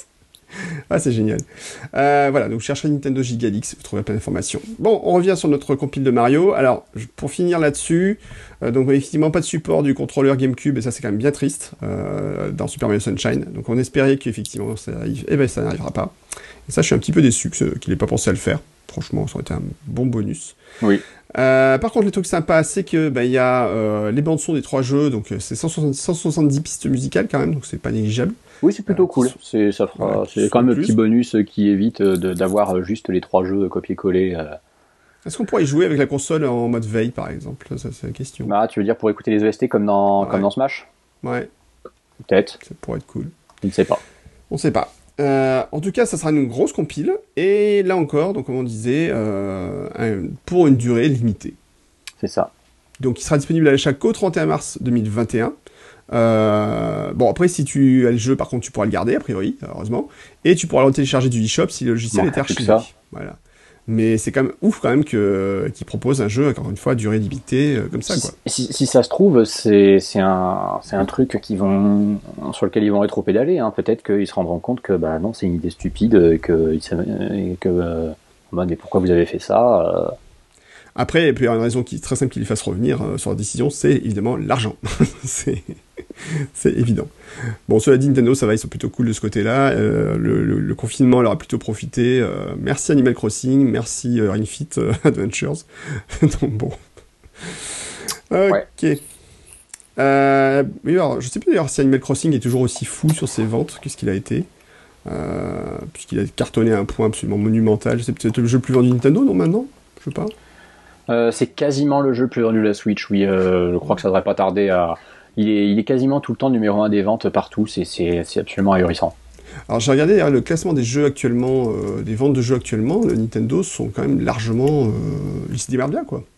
Ah, c'est génial. Euh, voilà, donc vous chercherez Nintendo Gigalix, vous trouverez plein d'informations. Bon, on revient sur notre compile de Mario. Alors, pour finir là-dessus, euh, donc effectivement pas de support du contrôleur GameCube, et ça c'est quand même bien triste, euh, dans Super Mario Sunshine. Donc on espérait qu'effectivement ça arrive, et ben ça n'arrivera pas. Et ça, je suis un petit peu déçu que, qu'il n'ait pas pensé à le faire. Franchement, ça aurait été un bon bonus. Oui. Euh, par contre, les trucs sympas, c'est que bah, y a euh, les bandes son des trois jeux, donc c'est cent soixante-dix pistes musicales quand même, donc c'est pas négligeable. Oui, c'est plutôt euh, cool. C'est, ça fera, ouais, c'est quand même un plus. petit bonus qui évite de, d'avoir juste les trois jeux copier-coller. Euh. Est-ce qu'on pourrait y jouer avec la console en mode veille, par exemple? Ça, c'est la question. Bah, tu veux dire pour écouter les O S T comme dans, ouais. comme dans Smash? Ouais. Peut-être. Ça pourrait être cool. Je ne sais pas. On sait pas. Euh, en tout cas, ça sera une grosse compile. Et là encore, donc comme on disait, euh, un, pour une durée limitée. C'est ça. Donc il sera disponible à l'achat qu'au trente et un mars deux mille vingt et un. Euh, bon, après, si tu as le jeu, par contre, tu pourras le garder, a priori, heureusement. Et tu pourras le télécharger du eShop si le logiciel bon, est archivé. Voilà. Mais c'est quand même ouf, quand même, que, qu'ils proposent un jeu, encore une fois, à durée limitée, euh, comme ça, si, quoi. Si, si ça se trouve, c'est, c'est, un, c'est un truc qui vont, sur lequel ils vont rétro-pédaler. Hein. Peut-être qu'ils se rendront compte que, bah non, c'est une idée stupide, que, que, que euh, mais pourquoi vous avez fait ça euh... Après, il peut y avoir une raison qui est très simple qui les fasse revenir euh, sur leur décision, c'est évidemment l'argent. c'est... c'est évident. Bon, cela dit, Nintendo, ça va, ils sont plutôt cool de ce côté-là. Euh, le, le, le confinement leur a plutôt profité. Euh, merci Animal Crossing, merci euh, Ring Fit euh, Adventures. Donc bon. Ok. Ouais. Euh, mais alors, je sais plus d'ailleurs si Animal Crossing est toujours aussi fou sur ses ventes. Qu'est-ce qu'il a été euh, puisqu'il a cartonné à un point absolument monumental. C'est peut-être le jeu le plus vendu de Nintendo, non, maintenant? Je sais pas. Euh, c'est quasiment le jeu le plus vendu de la Switch, oui. Euh, je crois que ça devrait pas tarder à... Il est, il est quasiment tout le temps numéro un des ventes partout, c'est, c'est, c'est absolument ahurissant. Alors j'ai regardé hein, le classement des jeux actuellement, euh, des ventes de jeux actuellement, le Nintendo sont quand même largement... Euh, ils se démerdent bien, quoi.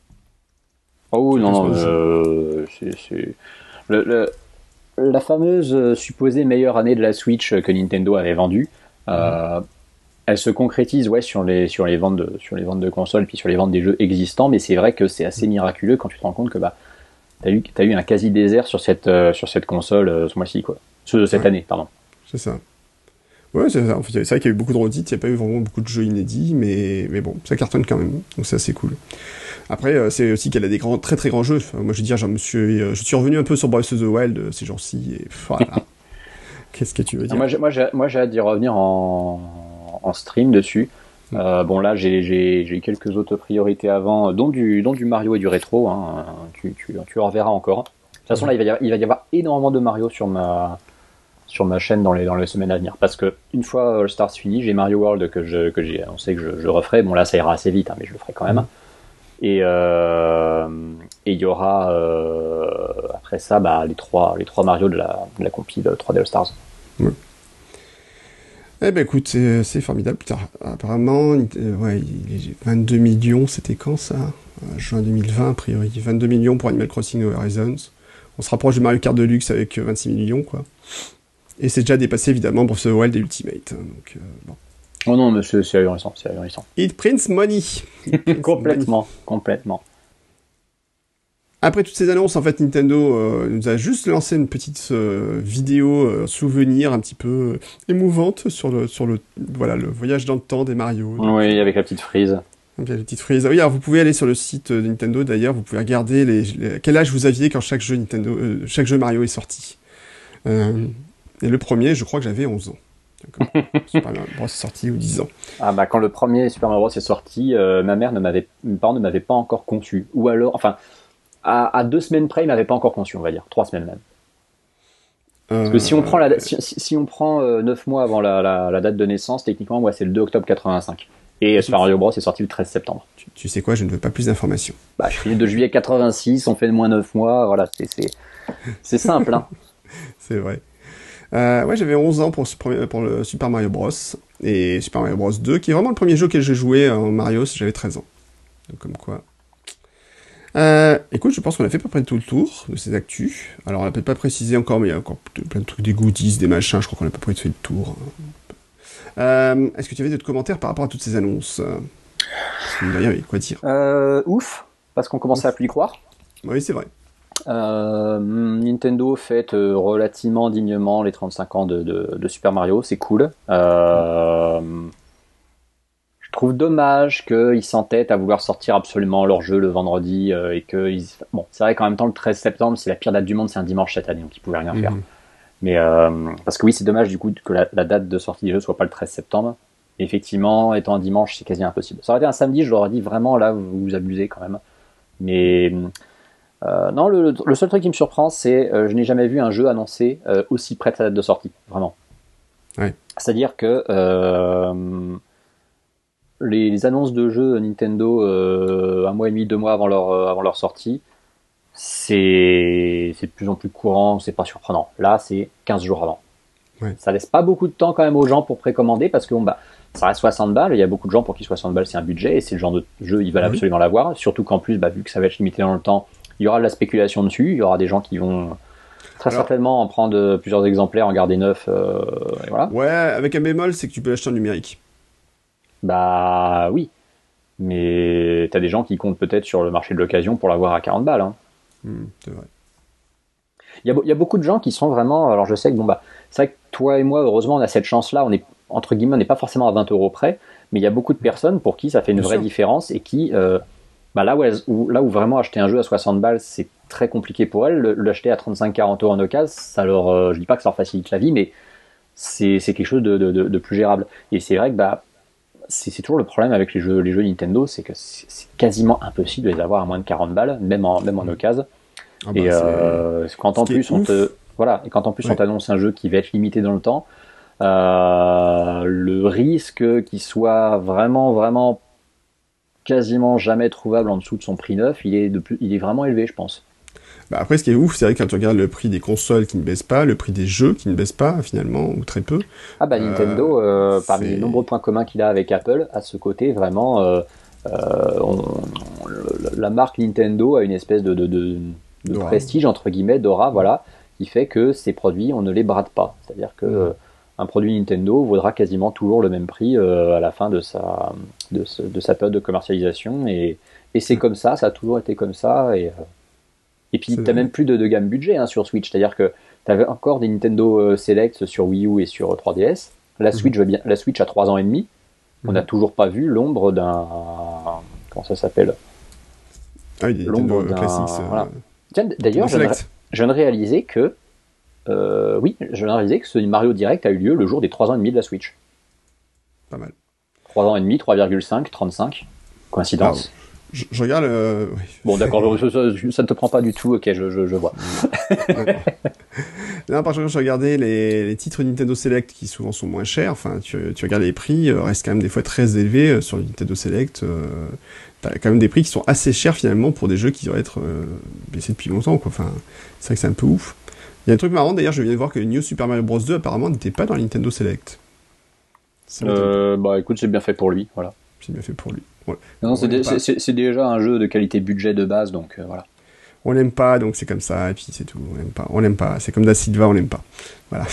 Oh non, non, euh, c'est... c'est... Le, le, la fameuse supposée meilleure année de la Switch que Nintendo avait vendue, mmh. euh, elle se concrétise ouais, sur, les, sur, les ventes de, sur les ventes de consoles puis sur les ventes des jeux existants, mais c'est vrai que c'est assez miraculeux quand tu te rends compte que bah, t'as eu, t'as eu un quasi-désert sur cette, euh, sur cette console euh, ce mois-ci, quoi. Ce, cette ouais. année, pardon. C'est ça. Ouais, c'est ça. En fait, c'est vrai qu'il y a eu beaucoup de redites, il n'y a pas eu vraiment beaucoup de jeux inédits, mais, mais bon, ça cartonne quand même, donc c'est assez cool. Après, euh, c'est aussi qu'elle a des grands, très très grands jeux. Enfin, moi, je veux dire, je me suis, euh, je suis revenu un peu sur Breath of the Wild euh, ces jours-ci, et voilà. Qu'est-ce que tu veux dire? Moi, j'ai, moi, j'ai, moi, j'ai hâte d'y revenir en, en stream dessus. Mm. Euh, bon, là, j'ai, j'ai, j'ai eu quelques autres priorités avant, dont du, dont du Mario et du rétro. Hein. Tu, tu, tu en reverras encore. De toute façon, mm. là, il va, y avoir, il va y avoir énormément de Mario sur ma, sur ma chaîne dans les, dans les semaines à venir. Parce que une fois All Stars fini, j'ai Mario World que je, que j'ai, on sait que je, je referai. Bon, là, ça ira assez vite, hein, mais je le ferai quand même. Mm. Et il euh, y aura euh, après ça bah, les trois les trois Mario de la de la compile trois D All Stars. Ouais. Eh ben écoute, c'est, c'est formidable. Putain, apparemment, euh, ouais, il est vingt-deux millions, c'était quand ça? euh, Juin deux mille vingt, a priori. vingt-deux millions pour Animal Crossing Horizons. On se rapproche de Mario Kart Deluxe avec vingt-six millions, quoi. Et c'est déjà dépassé évidemment Breath of the Wild et Ultimate. Hein, donc euh, bon. Oh non, mais c'est, c'est ahurissant, c'est ahurissant. It prints money. It prints complètement, money. complètement. Après toutes ces annonces, en fait, Nintendo euh, nous a juste lancé une petite euh, vidéo euh, souvenir un petit peu euh, émouvante sur le sur le voilà le voyage dans le temps des Mario. Donc, oui, avec la petite frise. Donc, la petite frise. Oui, alors vous pouvez aller sur le site de Nintendo d'ailleurs, vous pouvez regarder les, les quel âge vous aviez quand chaque jeu Nintendo, euh, chaque jeu Mario est sorti. Euh, et le premier, je crois que j'avais onze ans. Super Mario Bros est sorti ou dix ans. Ah bah quand le premier Super Mario Bros est sorti, euh, ma mère ne m'avait, mes parents ne m'avaient pas encore conçu. Ou alors, enfin, à, à deux semaines près, ils m'avaient pas encore conçu, on va dire, trois semaines même. Euh... Parce que si on prend la, si, si on prend euh, neuf mois avant la, la, la date de naissance, techniquement, ouais, c'est le deux octobre quatre-vingt-cinq. Et tu Super Mario Bros est sorti le treize septembre. Tu, tu sais quoi, je ne veux pas plus d'informations. Bah, je suis né de juillet quatre-vingt-six, on fait de moins neuf mois, voilà, c'est, c'est, c'est simple, hein. C'est vrai. Euh, ouais, j'avais onze ans pour, ce premier, pour le Super Mario Bros. Et Super Mario Bros deux, qui est vraiment le premier jeu que j'ai joué en Mario, j'avais treize ans. Donc, comme quoi. Euh, écoute, je pense qu'on a fait à peu près tout le tour de ces actus. Alors, on n'a peut-être pas précisé encore, mais il y a encore plein de trucs, des goodies, des machins, je crois qu'on a à peu près fait le tour. Euh, est-ce que tu avais d'autres commentaires par rapport à toutes ces annonces? Parce qu'il n'y avait quoi dire. Euh, ouf, parce qu'on commençait ouf. à plus y croire. Oui, c'est vrai. Euh, Nintendo fête euh, relativement dignement les trente-cinq ans de, de, de Super Mario, c'est cool. Euh, je trouve dommage qu'ils s'entêtent à vouloir sortir absolument leur jeu le vendredi euh, et que ils... bon, c'est vrai qu'en même temps le treize septembre c'est la pire date du monde, c'est un dimanche cette année donc ils pouvaient rien faire. Mhm. Mais euh, parce que oui, c'est dommage du coup que la, la date de sortie des jeux soit pas le treize septembre. Et effectivement, étant un dimanche, c'est quasi impossible. Ça aurait été un samedi, je leur aurais dit vraiment là vous vous abusez quand même. Mais Euh, non, le, le seul truc qui me surprend, c'est euh, je n'ai jamais vu un jeu annoncé euh, aussi près de sa date de sortie, vraiment. Ouais. C'est-à-dire que euh, les, les annonces de jeux Nintendo euh, un mois et demi, deux mois avant leur, euh, avant leur sortie, c'est, c'est de plus en plus courant, c'est pas surprenant. Là, c'est quinze jours avant. Ouais. Ça laisse pas beaucoup de temps quand même aux gens pour précommander parce que bon, bah, ça reste soixante balles, il y a beaucoup de gens pour qui soixante balles c'est un budget et c'est le genre de jeu, ils veulent Mhm. absolument l'avoir, surtout qu'en plus, bah, vu que ça va être limité dans le temps, il y aura de la spéculation dessus, il y aura des gens qui vont très Alors, certainement en prendre plusieurs exemplaires, en garder neuf, euh, et voilà. ouais, avec un bémol, c'est que tu peux l'acheter en numérique. Bah oui, mais t'as des gens qui comptent peut-être sur le marché de l'occasion pour l'avoir à quarante balles. Hein. Mhm, c'est vrai. Il y, a, il y a beaucoup de gens qui sont vraiment. Alors je sais que bon bah, c'est vrai que toi et moi, heureusement, on a cette chance-là. On est entre guillemets, on n'est pas forcément à vingt euros près, mais il y a beaucoup de personnes pour qui ça fait une Bien vraie sûr. différence et qui, euh, bah là où, elles, où là où vraiment acheter un jeu à soixante balles, c'est très compliqué pour elles. Le- L'acheter à trente-cinq à quarante euros en occasion, ça leur, euh, je dis pas que ça leur facilite la vie, mais c'est c'est quelque chose de, de, de, de plus gérable. Et c'est vrai que bah c'est c'est toujours le problème avec les jeux, les jeux Nintendo, c'est que c'est c'est quasiment impossible de les avoir à moins de quarante balles, même en, même en occasion. Ah bah, Et c'est... euh, quand Ce en qui est plus on te ouf. voilà, et quand en plus on Ouais. t'annonce un jeu qui va être limité dans le temps, euh, le risque qu'il soit vraiment vraiment quasiment jamais trouvable en dessous de son prix neuf, il est de plus, il est vraiment élevé, je pense. Bah après, ce qui est ouf, c'est vrai que quand tu regardes le prix des consoles qui ne baissent pas, le prix des jeux qui ne baissent pas, finalement, ou très peu, Ah bah euh, Nintendo, euh, parmi les c'est... nombreux points communs qu'il a avec Apple, à ce côté vraiment, euh, euh, on- la marque Nintendo a une espèce de, de, de, de Dora. prestige entre guillemets, d'aura, voilà, qui fait que ces produits, on ne les brade pas. C'est-à-dire que Mm. euh, un produit Nintendo vaudra quasiment toujours le même prix euh, à la fin de sa, de, ce- de sa période de commercialisation, et, et c'est Mm. comme ça, ça a toujours été comme ça, et, euh, et puis C'est t'as dingue. même plus de, de gamme budget hein, sur Switch, c'est-à-dire que t'avais encore des Nintendo euh, Select sur Wii U et sur euh, trois D S. La Mhm. Switch, veut bien, la Switch a trois ans et demi, on n'a Mhm. toujours pas vu l'ombre d'un, comment ça s'appelle, Ah oui, des l'ombre Nintendo Classics. d'un, Euh... voilà. Tiens, Nintendo d'ailleurs, je viens, de, Select. je viens de réaliser que, euh, oui, je viens de réaliser que ce Mario Direct a eu lieu le jour des trois ans et demi de la Switch. Pas mal. trois ans et demi, trois virgule cinq, trente-cinq. Ah, Coïncidence. je, je regarde... Euh... oui. Bon, d'accord, ça, ça, ça ne te prend pas du tout, ok, je, je, je vois. D'accord. Non, par contre, je regardais les, les titres Nintendo Select qui souvent sont moins chers. Enfin, tu, tu regardes les prix, euh, restent quand même des fois très élevés euh, sur le Nintendo Select. Euh, t'as quand même des prix qui sont assez chers finalement pour des jeux qui devraient être euh, baissés depuis longtemps, quoi. Enfin, c'est vrai que c'est un peu ouf. Il y a un truc marrant d'ailleurs, je viens de voir que New Super Mario Bros. deux apparemment n'était pas dans le Nintendo Select. Ça m'étonne pas. Euh, bah écoute, c'est bien fait pour lui, voilà. C'est bien fait pour lui. Ouais. Non, On c'est, l'aime dé- pas. c'est, c'est- c'est déjà un jeu de qualité budget de base, donc euh, voilà. On l'aime pas, donc c'est comme ça, et puis c'est tout. On l'aime pas. On l'aime pas. C'est comme Da Silva, on l'aime pas. Voilà.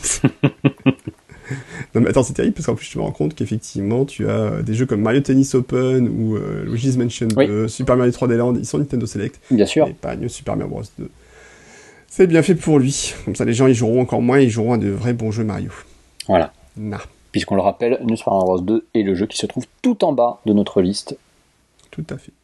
Non mais attends, c'est terrible parce qu'en plus tu me rends compte qu'effectivement tu as euh, des jeux comme Mario Tennis Open ou euh, Luigi's Mansion Oui. deux, Super Mario trois D Land, ils sont Nintendo Select, Bien sûr. mais pas New Super Mario Bros. deux. C'est bien fait pour lui. Comme ça les gens ils joueront encore moins, ils joueront à de vrais bons jeux Mario. Voilà. Nah, Puisqu'on le rappelle, New Super Mario Bros. deux est le jeu qui se trouve tout en bas de notre liste. tout à fait.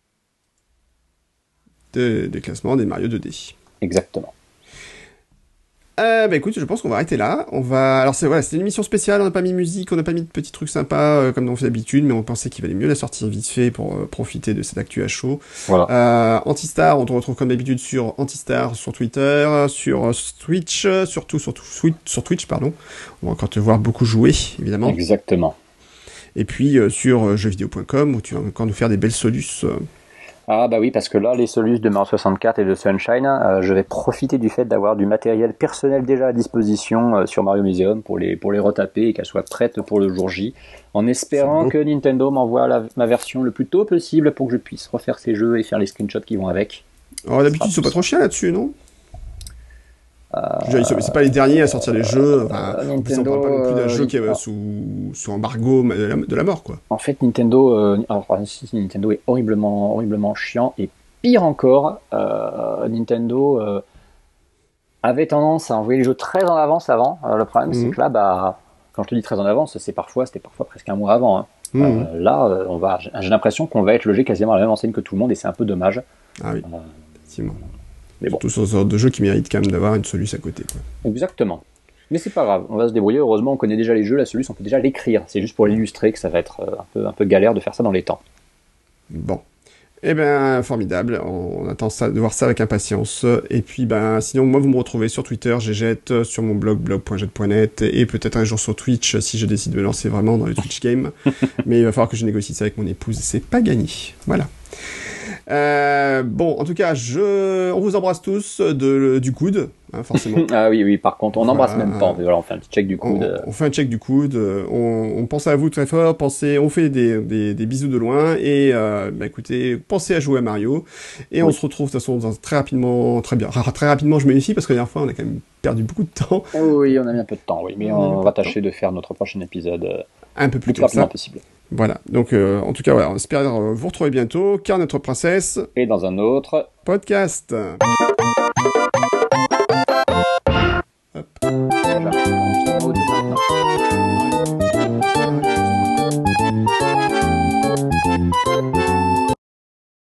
De- des classements des Mario deux D. Exactement. Euh, bah écoute, je pense qu'on va arrêter là. On va. Alors c'est voilà, c'était une émission spéciale. On n'a pas mis musique, on n'a pas mis de petits trucs sympas euh, comme on fait d'habitude, mais on pensait qu'il valait mieux la sortir vite fait pour euh, profiter de cette actu à chaud. Voilà. Euh, Antistar, on te retrouve comme d'habitude sur Antistar sur Twitter, sur euh, Twitch, euh, surtout sur, Twi- sur Twitch, pardon. On va encore te voir beaucoup jouer, évidemment. Exactement. Et puis euh, sur euh, jeux vidéo point com où tu vas encore nous faire des belles solus. euh. Ah bah oui, parce que là, les solus de Mario soixante-quatre et de Sunshine, euh, je vais profiter du fait d'avoir du matériel personnel déjà à disposition euh, sur Mario Museum pour les, pour les retaper et qu'elles soient prêtes pour le jour J, en espérant que Nintendo m'envoie la, ma version le plus tôt possible pour que je puisse refaire ces jeux et faire les screenshots qui vont avec. Alors d'habitude ils sont pas trop chiens là-dessus, non Je veux dire, ils sont- c'est pas les derniers à sortir les jeux. Enfin, Euh, en plus, on parle pas non plus d'un Nintendo, jeu qui est euh, euh, sous, sous embargo de la, de la mort, quoi. En fait, Nintendo, euh, alors, si, si, Nintendo est horriblement, horriblement chiant et pire encore, euh, Nintendo euh, avait tendance à envoyer les jeux très en avance avant. Euh, le problème, mmh. c'est que là, bah, quand je te dis très en avance, c'est parfois, c'était parfois presque un mois avant. Hein. Mmh. Euh, là, on va, j'ai l'impression qu'on va être logé quasiment à la même enseigne que tout le monde, et c'est un peu dommage. Ah oui, euh, effectivement. Mais bon. Surtout sur ce genre de jeu qui mérite quand même d'avoir une solution à côté, quoi. Exactement. Mais c'est pas grave, on va se débrouiller. Heureusement, on connaît déjà les jeux, la solution, on peut déjà l'écrire. C'est juste pour l'illustrer que ça va être un peu, un peu galère de faire ça dans les temps. Bon. Eh ben, formidable. On attend ça, de voir ça avec impatience. Et puis, ben, sinon, moi, vous me retrouvez sur Twitter, Ggette, sur mon blog, blog point jet point net, et peut-être un jour sur Twitch, si je décide de me lancer vraiment dans les Twitch games. Mais il va falloir que je négocie ça avec mon épouse. C'est pas gagné. Voilà. Euh, bon, en tout cas, je, on vous embrasse tous de, du coude, hein, forcément. Ah oui, oui, par contre, on n'embrasse voilà. même pas. Voilà, on fait un petit check du coude. On, on fait un check du coude, on, on pense à vous très fort, pensez, on fait des, des, des bisous de loin, et euh, bah, écoutez, pensez à jouer à Mario, et oui. On se retrouve de toute façon dans, très rapidement, très bien, très rapidement, je me méfie, parce que la dernière fois, on a quand même perdu beaucoup de temps. Oui, on a mis un peu de temps, oui, mais on, on va tâcher de faire notre prochain épisode euh, un peu plus, plus rapidement possible. Voilà, donc euh, en tout cas, voilà, on espère vous retrouver bientôt, car notre princesse... Et dans un autre... podcast. Hop.